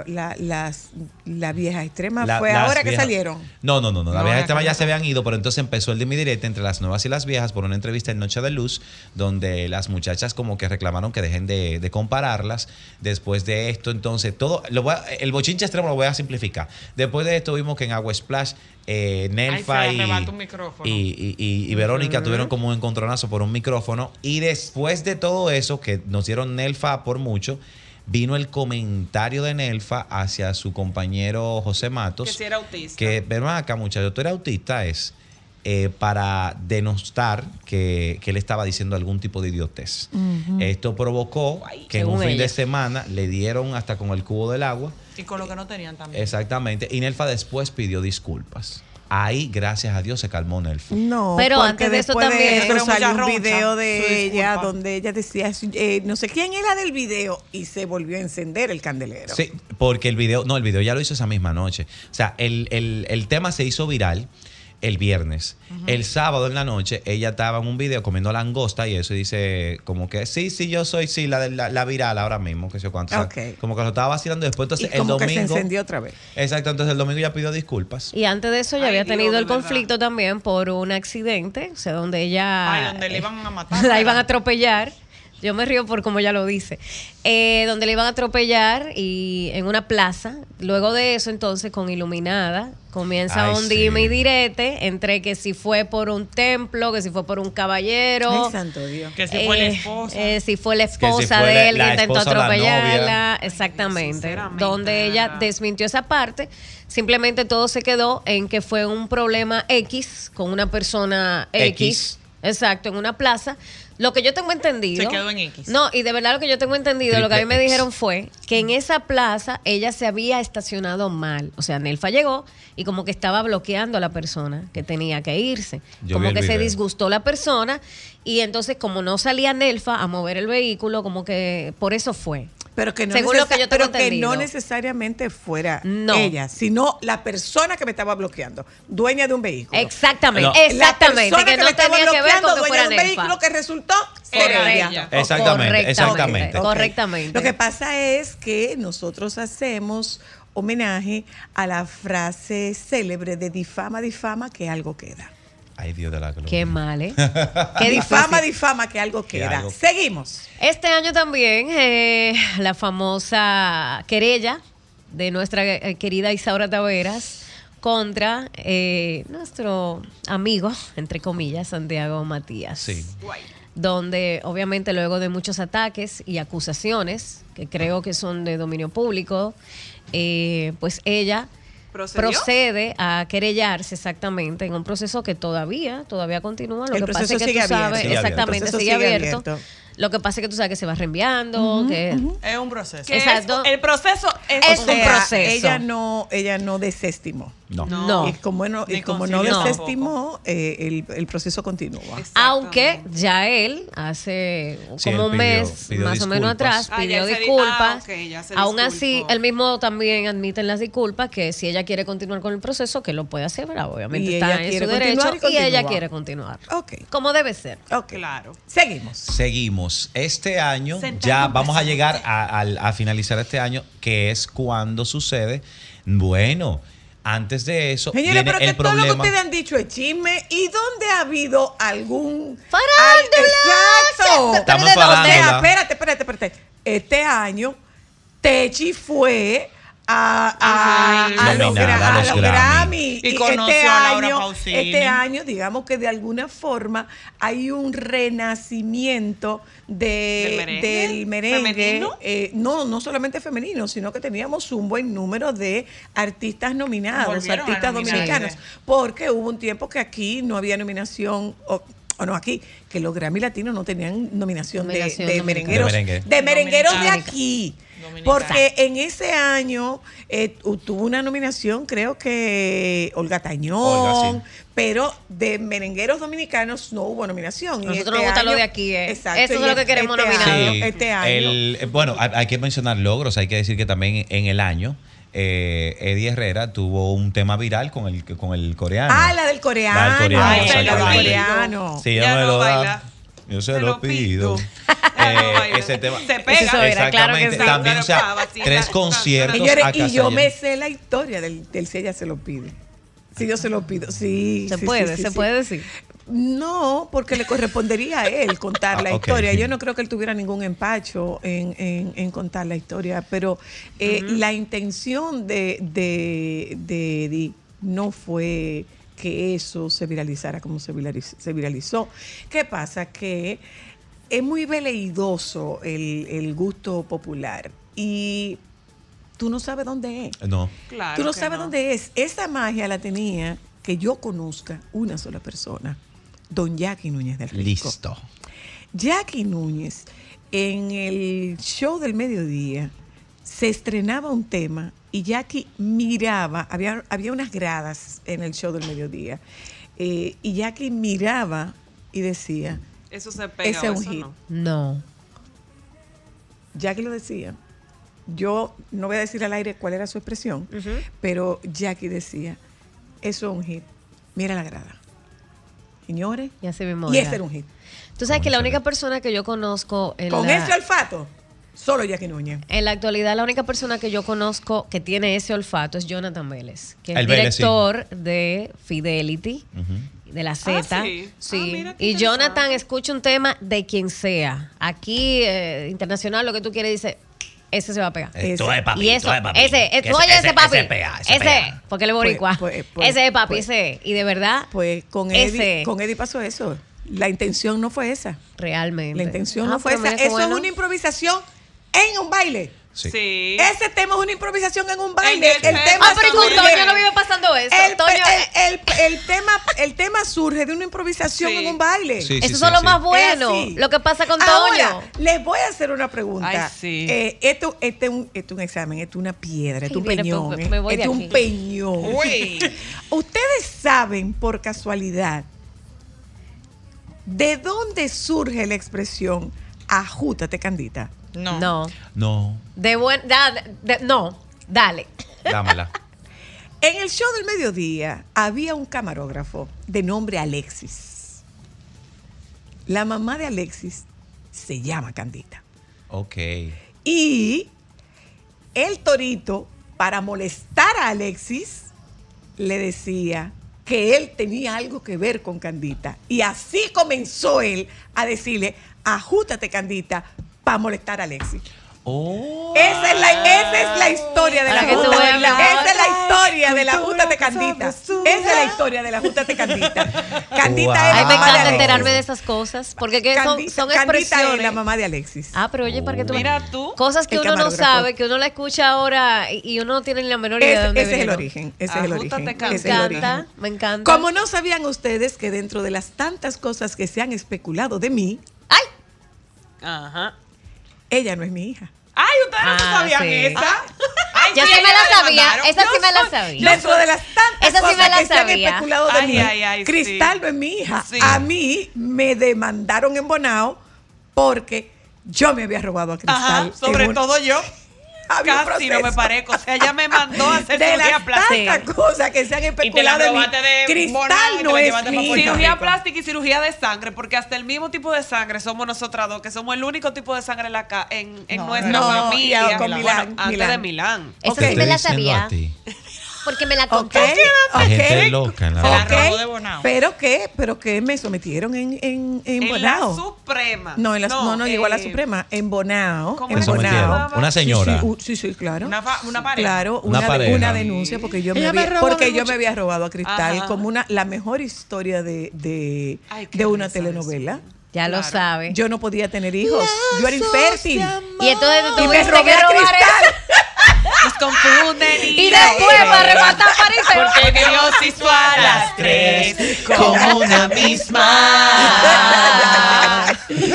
las viejas extremas. ¿Fue las ahora que viejas- salieron? No. Las No, viejas ya extremas ya cambió. se habían ido, pero entonces empezó el dime y direte entre las nuevas y las viejas por una entrevista en Noche de Luz, donde las muchachas como que reclamaron que dejen de compararlas. Después de esto, entonces, el bochinche extremo lo voy a simplificar. Después de esto vimos que en Agua Splash, Nelfa Ay, se y, arrebata un micrófono. y Verónica tuvieron como un encontronazo por un micrófono. Y después de todo eso, que nos dieron Nelfa por mucho, vino el comentario de Nelfa hacia su compañero José Matos. Que si era autista. Que, ven acá, muchacho, tú eres autista, para denostar que él estaba diciendo algún tipo de idiotez. Esto provocó que en un según fin de ella. semana le dieron hasta con el cubo del agua. Y con lo que no tenían también. Exactamente. Y Nelfa después pidió disculpas. Ahí, gracias a Dios, se calmó Nelfa. No, Pero porque antes de eso después también- eso Pero salió mucha un roncha, video su de ella disculpa. donde ella decía, no sé quién era del video, y se volvió a encender el candelero. Sí, porque el video ya lo hizo esa misma noche. O sea, el tema se hizo viral el viernes. El sábado en la noche, ella estaba en un video comiendo langosta y eso, y dice como que sí, yo soy la viral ahora mismo, que sé cuánto. O sea, Ok. como que lo estaba vacilando después. Y Entonces, el como que domingo. se encendió otra vez. Exacto, entonces el domingo ya pidió disculpas. Y antes de eso ya Ay, había Dios, tenido de el verdad. conflicto también por un accidente, o sea, donde ella... Ay, donde le iban a matar. la iban a atropellar. Yo me río por como ella lo dice. Donde le iban a atropellar y en una plaza. Luego de eso, entonces, con Iluminada, comienza Ay, un sí. dime y direte entre que si fue por un templo, que si fue por un caballero. Ay, santo Dios. Que si fue la esposa. Si fue la si esposa fue de él la que intentó esposa o la atropellarla. Ay, Exactamente. sinceramente, Donde de ella verdad. desmintió esa parte. Simplemente todo se quedó en que fue un problema X con una persona X. Exacto, en una plaza. Lo que yo tengo entendido. Se quedó en X. No, y de verdad lo que yo tengo entendido, lo que a mí me Triple X. dijeron fue que en esa plaza ella se había estacionado mal. O sea, Nelfa llegó y como que estaba bloqueando a la persona que tenía que irse. Yo vi Como el que se video. disgustó la persona y entonces como no salía Nelfa a mover el vehículo, como que por eso fue. Pero que no, Según lo que yo tengo pero que no entendido. necesariamente fuera No. ella, sino la persona que me estaba bloqueando, dueña de un vehículo. Exactamente, No. exactamente, La persona que no me estaba tenía que ver bloqueando, con que dueña fuera de un Nelfa. vehículo que resultó ser Era ella. ella. Exactamente, exactamente. Ok. Correctamente. Lo que pasa es que nosotros hacemos homenaje a la frase célebre de difama, que algo queda. Ay, Dios de la gloria. Qué mal, ¿eh? Qué Difama, difícil. que algo Que queda. algo- Seguimos. Este año también la famosa querella de nuestra querida Isaura Taveras contra nuestro amigo, entre comillas, Santiago Matías. Sí. Donde obviamente luego de muchos ataques y acusaciones, que creo que son de dominio público, pues ella procede a querellarse exactamente en un proceso que todavía continúa. Lo El que pasa proceso es que sigue tú sabes, abierto. Sigue exactamente, abierto. El proceso sigue sigue abierto. abierto. Lo que pasa es que tú sabes que se va reenviando, que Es un proceso. Que Exacto. el proceso es, Es O un sea, proceso. Ella no desestimó. No. No. Y como no Ni no concilió desestimó, el proceso continúa. Aunque ya él hace Sí, como él un mes pidió más o menos disculpas. atrás pidió ya se di- disculpas. ok, ya se Aún disculpó. así, él mismo también admite en las disculpas que si ella quiere continuar con el proceso, que lo puede hacer, ¿verdad? Obviamente Y está ella en quiere su derecho continuar y y ella continúa. quiere continuar. Ok. Como debe ser. Ok. claro. Seguimos. Seguimos. Este año, Sentado ya un vamos a presente. llegar a finalizar este año, que es cuando sucede. Bueno, antes de eso, Señores, viene pero que el todo lo que problema. ustedes han dicho es chisme. ¿Y dónde ha habido algún... ¡Farándula! Exacto. Estamos ¿Pero de dónde? farándula. Espérate. este año Techi fue a Nominada a los Grammy. Y conoció a Laura Pausini. Este año, digamos que de alguna forma hay un renacimiento del merengue. ¿Femenino? No solamente femenino, sino que teníamos un buen número de artistas nominados, Volvieron a artistas nominarse. dominicanos. Porque hubo un tiempo que aquí no había nominación. O no, aquí, que los Grammy Latinos no tenían nominación de merengueros. De merengueros de Dominicana. aquí. Dominicana. Porque en ese año tuvo una nominación, creo que Olga Tañón, Olga, sí. pero de merengueros dominicanos no hubo nominación. Y Nosotros nos gusta lo de aquí, Exacto, Eso es y lo que queremos nominar. Sí, Este año. Bueno, hay que mencionar logros. Hay que decir que también en el año Eddie Herrera tuvo un tema viral con el coreano. La del coreano. La del coreano, Ay, exactamente. la del coreano. Sí, Ya ella me no lo baila. da. Yo se lo pido. Ese tema. Se pega. Eso era, claro que Exactamente. sí. También, o sea, Claro, sí, 3 claro. conciertos. Señores, acá y yo allá. me sé la historia del si ella se lo pide. Si yo se lo pido, sí. Se sí, puede, sí, se sí. puede decir. No, porque le correspondería a él contar la ok. historia. Yo no creo que él tuviera ningún empacho en contar la historia, pero la intención de Eddie no fue que eso se viralizara como se viralizó. ¿Qué pasa? Que es muy veleidoso el gusto popular y tú no sabes dónde es. No. Claro Tú no que sabes dónde es. Esa magia la tenía, que yo conozca, una sola persona, don Jackie Núñez del Risco. Listo. Jackie Núñez, en el show del mediodía, se estrenaba un tema y Jackie miraba, había unas gradas en el show del mediodía, y Jackie miraba y decía, Eso se pega. ese es o un eso hit. no. No. Jackie lo decía. Yo no voy a decir al aire cuál era su expresión, pero Jackie decía, eso es un hit. Mira la grada. Señores. Y así mismo Y era. ese era un hit. Tú sabes que la Cónchale. única persona que yo conozco Con ese olfato, solo Jackie Núñez. en la actualidad, la única persona que yo conozco que tiene ese olfato es Jonathan Vélez, que es El Vélez, sí. director de Fidelity, Ujú. de la Z. sí. Mira qué Y interesante. Jonathan escucha un tema de quien sea. Aquí, internacional, lo que tú quieres, dice, ese se va a pegar. Esto es papi. Y eso, esto es papi. ese, Que tú oyes ese papi. Ese pega, Ese, pega. porque él es boricua. Pues, ese es papi, pues. ese. Y de verdad, Pues con Ese. Eddie pasó eso. La intención no fue esa. realmente. La intención Ah, no fue pero esa. mira qué Eso bueno. es una improvisación en un baile. Sí. Sí. Ese tema es una improvisación en un baile. En el El tema tema Ah, pero y con surge- Toño no vive pasando eso. Toño, el tema surge de una improvisación Sí. en un baile. Sí, eso es lo más bueno. Es así. Lo que pasa con Ahora, Toño. les voy a hacer una pregunta. Ay, sí. Esto es un examen, esto es una piedra, esto es un Ay, mire, peñón. pues, me voy de Esto es aquí. un peñón. Ustedes saben por casualidad de dónde surge la expresión ajútate, Candita. No. No. No. No. Dale. Dámela. En el show del mediodía había un camarógrafo de nombre Alexis. La mamá de Alexis se llama Candita. Ok. Y el torito, para molestar a Alexis, le decía que él tenía algo que ver con Candita. Y así comenzó él a decirle, ajútate, Candita, para molestar a Alexis. Oh. Esa es la historia de la Para que tú Juta. veas, mi amor. Esa es la historia de la Juta de Candita. Esa es la historia de la Juta de Candita. Candita Wow. es la Ay, me mamá de encanta Alexis. enterarme de esas cosas. Porque que son Candita expresiones. es la mamá de Alexis. Ah, pero oye, para que tú Mira tú. cosas que El uno no camarógrafo. sabe, que uno la escucha ahora y uno no tiene ni la menor idea de dónde Ese es el viene. origen. Ese es el Ajútate, origen. Candita. Ese es el origen. Me encanta. Como no sabían ustedes que dentro de las tantas cosas que se han especulado de mí, ¡Ay! Ajá. ella no es mi hija. Ay, ustedes no Ah, sabían sí. esa. Ay, Yo sí me la sabía. Esa sí me la sabía. Dentro de las tantas Esa sí me cosas la que se han sabía. especulado de Ay, mí, ay, ay, Cristal sí. no es mi hija. Sí. A mí me demandaron en Bonao porque yo me había robado a Cristal. Ajá, sobre en un- todo yo. había un Casi no me proceso. parezco. O sea, ella me mandó a hacer De cirugía las plástica. tantas cosas que se han especulado de mí, robaste de Bonao y Cristal te no la es llevaste pa' mi Puerto hija. Cirugía Rico. plástica y cirugía de sangre, porque hasta el mismo tipo de sangre somos nosotras dos, que somos el único tipo de sangre en No, nuestra no, familia. ya con Milán, Bueno, antes Milán. de Milán. Esa Ok. sí me la Estoy diciendo sabía. a ti Porque me la Ok, contaste. Hay gente ok. loca en la Se la vida. robó de Bonao. Pero que me sometieron en En la Bonao. Suprema. No, no llegó a la Suprema. En Bonao. ¿Cómo En Me se sometieron. llamaba? Una señora. Sí, claro. Una pareja. Claro, Una una pareja. denuncia porque yo Ella me me robó porque de yo mucho- me había robado a Cristal Ajá. como la mejor historia de Ay, qué de una risa telenovela. Ya lo Claro. sabe. Yo no podía tener hijos. Yo era infértil. Y entonces tú Y me tuviste robé que a robar Cristal. eso. Nos confunden Y después para rematar París. Porque Dios hizo a las tres como una misma.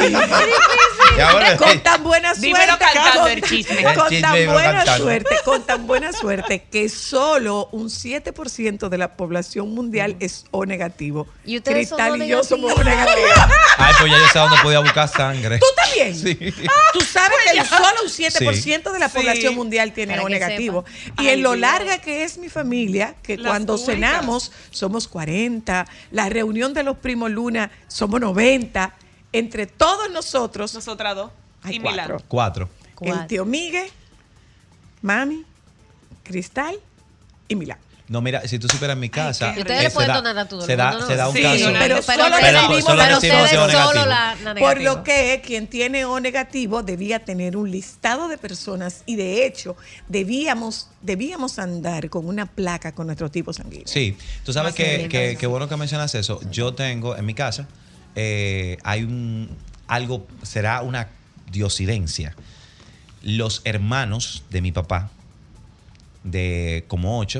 Ya, bueno, Con tan buena suerte. Dímelo cantando con- el chisme. El Con chisme tan iba buena cantando. suerte, con tan buena suerte que solo un 7% de la población mundial es O negativo. Y ustedes son Cristal O y yo somos O negativos. negativos. Ay, pues ya yo sé dónde podía buscar sangre. ¿Tú también? Sí. Tú sabes que solo un 7% de la Sí. población mundial tiene Para O que negativo. sepa. Y Ay, en lo Dios. larga que es mi familia, que Las cuando únicas. cenamos somos 40, la reunión de los primos Luna somos 90, entre todos nosotros, Nosotras dos. hay Y Milán. 4. 4. El tío Migue, Mami, Cristal y Milán. No, mira, si tú supieras en mi casa. qué Y ustedes le se pueden da- donar a todo el se da, mundo, ¿no? se da un Sí, caso. donar. Pero Pero solo ustedes- recibimos solo pero recibimos ustedes O negativo. solo la Por negativa. lo que quien tiene O negativo debía tener un listado de personas y de hecho debíamos andar con una placa con nuestro tipo sanguíneo. Sí, tú sabes Más bien, que entonces. bueno que mencionas eso. Yo tengo en mi casa, hay algo, será una diosidencia. Los hermanos de mi papá, de como 8,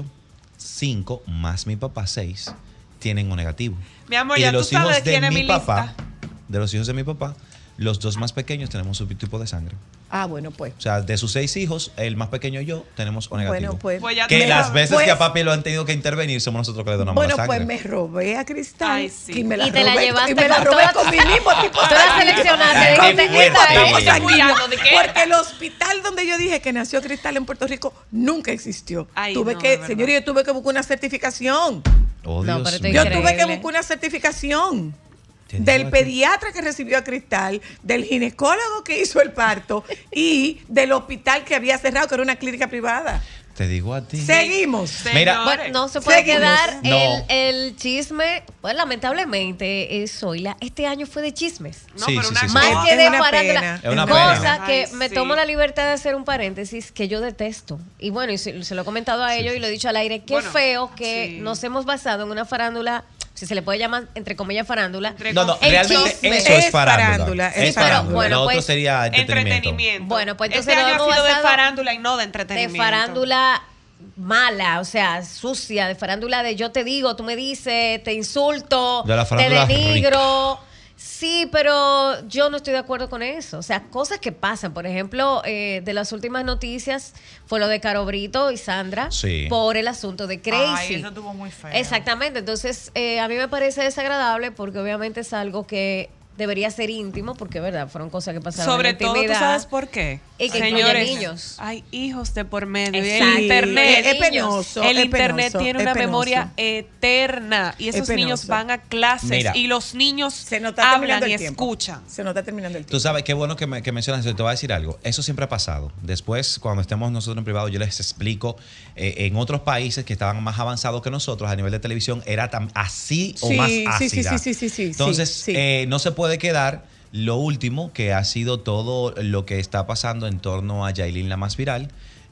5 más mi papá 6, tienen O negativo. Mi amor, Y ya de tú los sabes hijos de quién es mi mi papá, lista. de los hijos de mi papá, los 2 más pequeños tenemos su tipo de sangre. Ah, bueno, pues. O sea, de sus 6 hijos, el más pequeño y yo tenemos O negativo. Bueno, pues. Pues ya Que tú las sabes. veces Pues- que a papi lo han tenido que intervenir, somos nosotros que le donamos Bueno, la pues sangre. me robé a Cristal Ay, sí. y me la Y te la robé, llevaste y me la con robé toda- con mi mismo tipo Tú la seleccionaste, Ay, dijiste, qué fuerte. esta Estamos es. sanguíneo. cuidando de qué era. Porque el hospital donde yo dije que nació Cristal en Puerto Rico nunca existió. Ay, tuve no, que, de verdad. señor, yo tuve que buscar una certificación. Oh, No, Dios pero esto mío. Yo Increíble. tuve que buscar una certificación ¿Tienes del algo? pediatra que recibió a Cristal, del ginecólogo que hizo el parto y del hospital que había cerrado, que era una clínica privada. Te digo a ti. Seguimos. Mira, Bueno, no se puede Seguimos. quedar No. el chisme. Pues lamentablemente, Zoila, este año fue de chismes. No, Sí, pero sí, una sí, sí. Más Es que de una farándula. pena. Es una Cosa pena. que Ay, me sí. tomo la libertad de hacer un paréntesis que yo detesto. Y bueno, y se lo he comentado a ellos y lo he dicho al aire. Qué Bueno, feo que sí. nos hemos basado en una farándula, si se le puede llamar entre comillas farándula. Entre No, no, El realmente chisme. eso es Es farándula. farándula, es Es farándula. farándula. Lo Bueno, otro sería entretenimiento. Entretenimiento. Bueno, pues entonces este nos año ha hemos sido de basado farándula y no de De entretenimiento. farándula mala, o sea, sucia, de farándula de yo te digo, tú me dices, te insulto, De la te farándula denigro. Sí, pero yo no estoy de acuerdo con eso. O sea, cosas que pasan. Por ejemplo, de las últimas noticias fue lo de Caro Brito y Sandra Sí. por el asunto de Crazy. Ay, eso estuvo muy feo. Exactamente. Entonces, a mí me parece desagradable porque obviamente es algo que debería ser íntimo, porque, ¿verdad? Fueron cosas que pasaron Sobre en la todo, ¿tú intimidad. sabes por qué? Y que incluye Señores, niños. hay hijos de por medio. Y Exacto. el internet, Es penoso. el es internet penoso, tiene es una penoso. memoria eterna. Y esos Es niños penoso. van a clases Mira. y los niños Se nos está terminando hablan y el tiempo. escuchan. Se nos está terminando el tiempo. Tú sabes, qué bueno que mencionas eso. Te voy a decir algo. Eso siempre ha pasado. Después, cuando estemos nosotros en privado, yo les explico. En otros países que estaban más avanzados que nosotros a nivel de televisión, era así o Sí, más sí, ácida. sí. Entonces, sí. no se puede quedar lo último, que ha sido todo lo que está pasando en torno a Yailin, la más viral.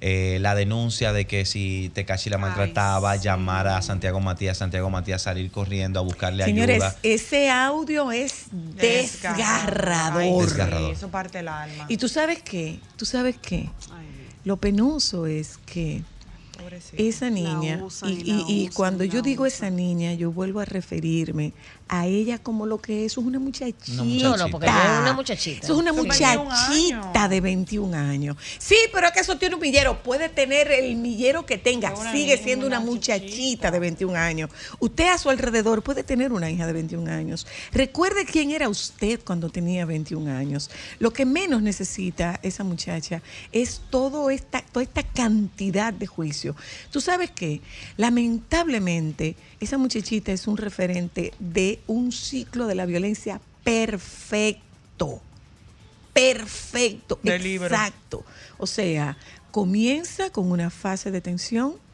La denuncia de que si Tekashi la maltrataba, Ay, sí. llamar a Santiago Matías salir corriendo a buscarle Señores, ayuda. ese audio es desgarrador. Ay, sí, Desgarrador. eso parte el alma. Y tú sabes qué, lo penoso es que Pobrecita. esa niña, usan y, y la y usan cuando y yo la digo usan. esa niña, yo vuelvo a referirme a ella como lo que es una muchachita. No, no, porque no es una muchachita. Eso es una Son muchachita 21 años. de 21 años. Sí, pero es que eso tiene un millero. Puede tener el millero que tenga. Es una Sigue niña, siendo una una muchachita de 21 años. Usted a su alrededor puede tener una hija de 21 años. Recuerde quién era usted cuando tenía 21 años. Lo que menos necesita esa muchacha es toda esta cantidad de juicio. Tú sabes que, lamentablemente, esa muchachita es un referente de un ciclo de la violencia perfecto. Perfecto. De libro. Exacto. O sea, comienza con una fase de tensión,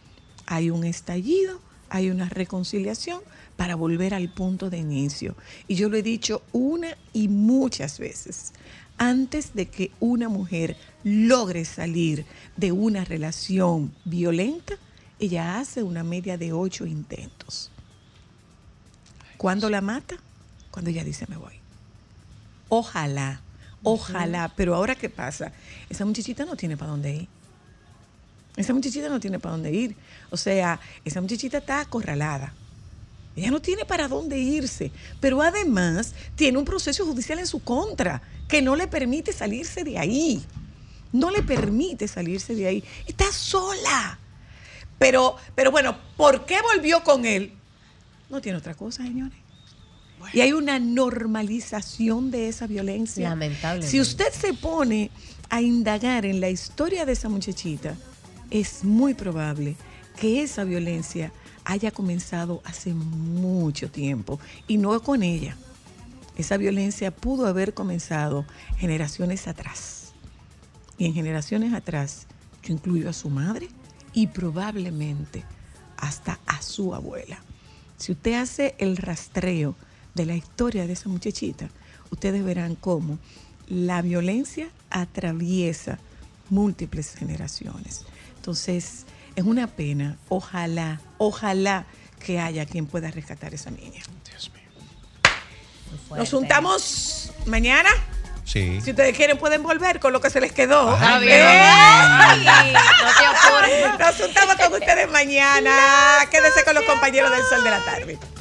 hay un estallido, hay una reconciliación para volver al punto de inicio. Y yo lo he dicho una y muchas veces. Antes de que una mujer logre salir de una relación violenta, ella hace una media de 8 intentos. ¿Cuándo la mata? Cuando ella dice me voy. Ojalá, pero ahora ¿qué pasa? Esa muchachita no tiene para dónde ir. Esa muchachita no tiene para dónde ir. O sea, esa muchachita está acorralada. Ella no tiene para dónde irse, pero además tiene un proceso judicial en su contra que no le permite salirse de ahí. No le permite salirse de ahí. Está sola. Pero bueno, ¿por qué volvió con él? No tiene otra cosa, señores. Bueno. Y hay una normalización de esa violencia. Lamentablemente. Si usted se pone a indagar en la historia de esa muchachita, es muy probable que esa violencia haya comenzado hace mucho tiempo y no con ella. Esa violencia pudo haber comenzado generaciones atrás. Y en generaciones atrás yo incluyo a su madre y probablemente hasta a su abuela. Si usted hace el rastreo de la historia de esa muchachita, ustedes verán cómo la violencia atraviesa múltiples generaciones. Entonces, es una pena. Ojalá que haya quien pueda rescatar a esa niña. Dios mío. Nos juntamos mañana. Sí. Si ustedes quieren, pueden volver con lo que se les quedó. Está bien. Ay, no te apures. Nos juntamos con ustedes mañana. Quédense con los compañeros del Sol de la Tarde.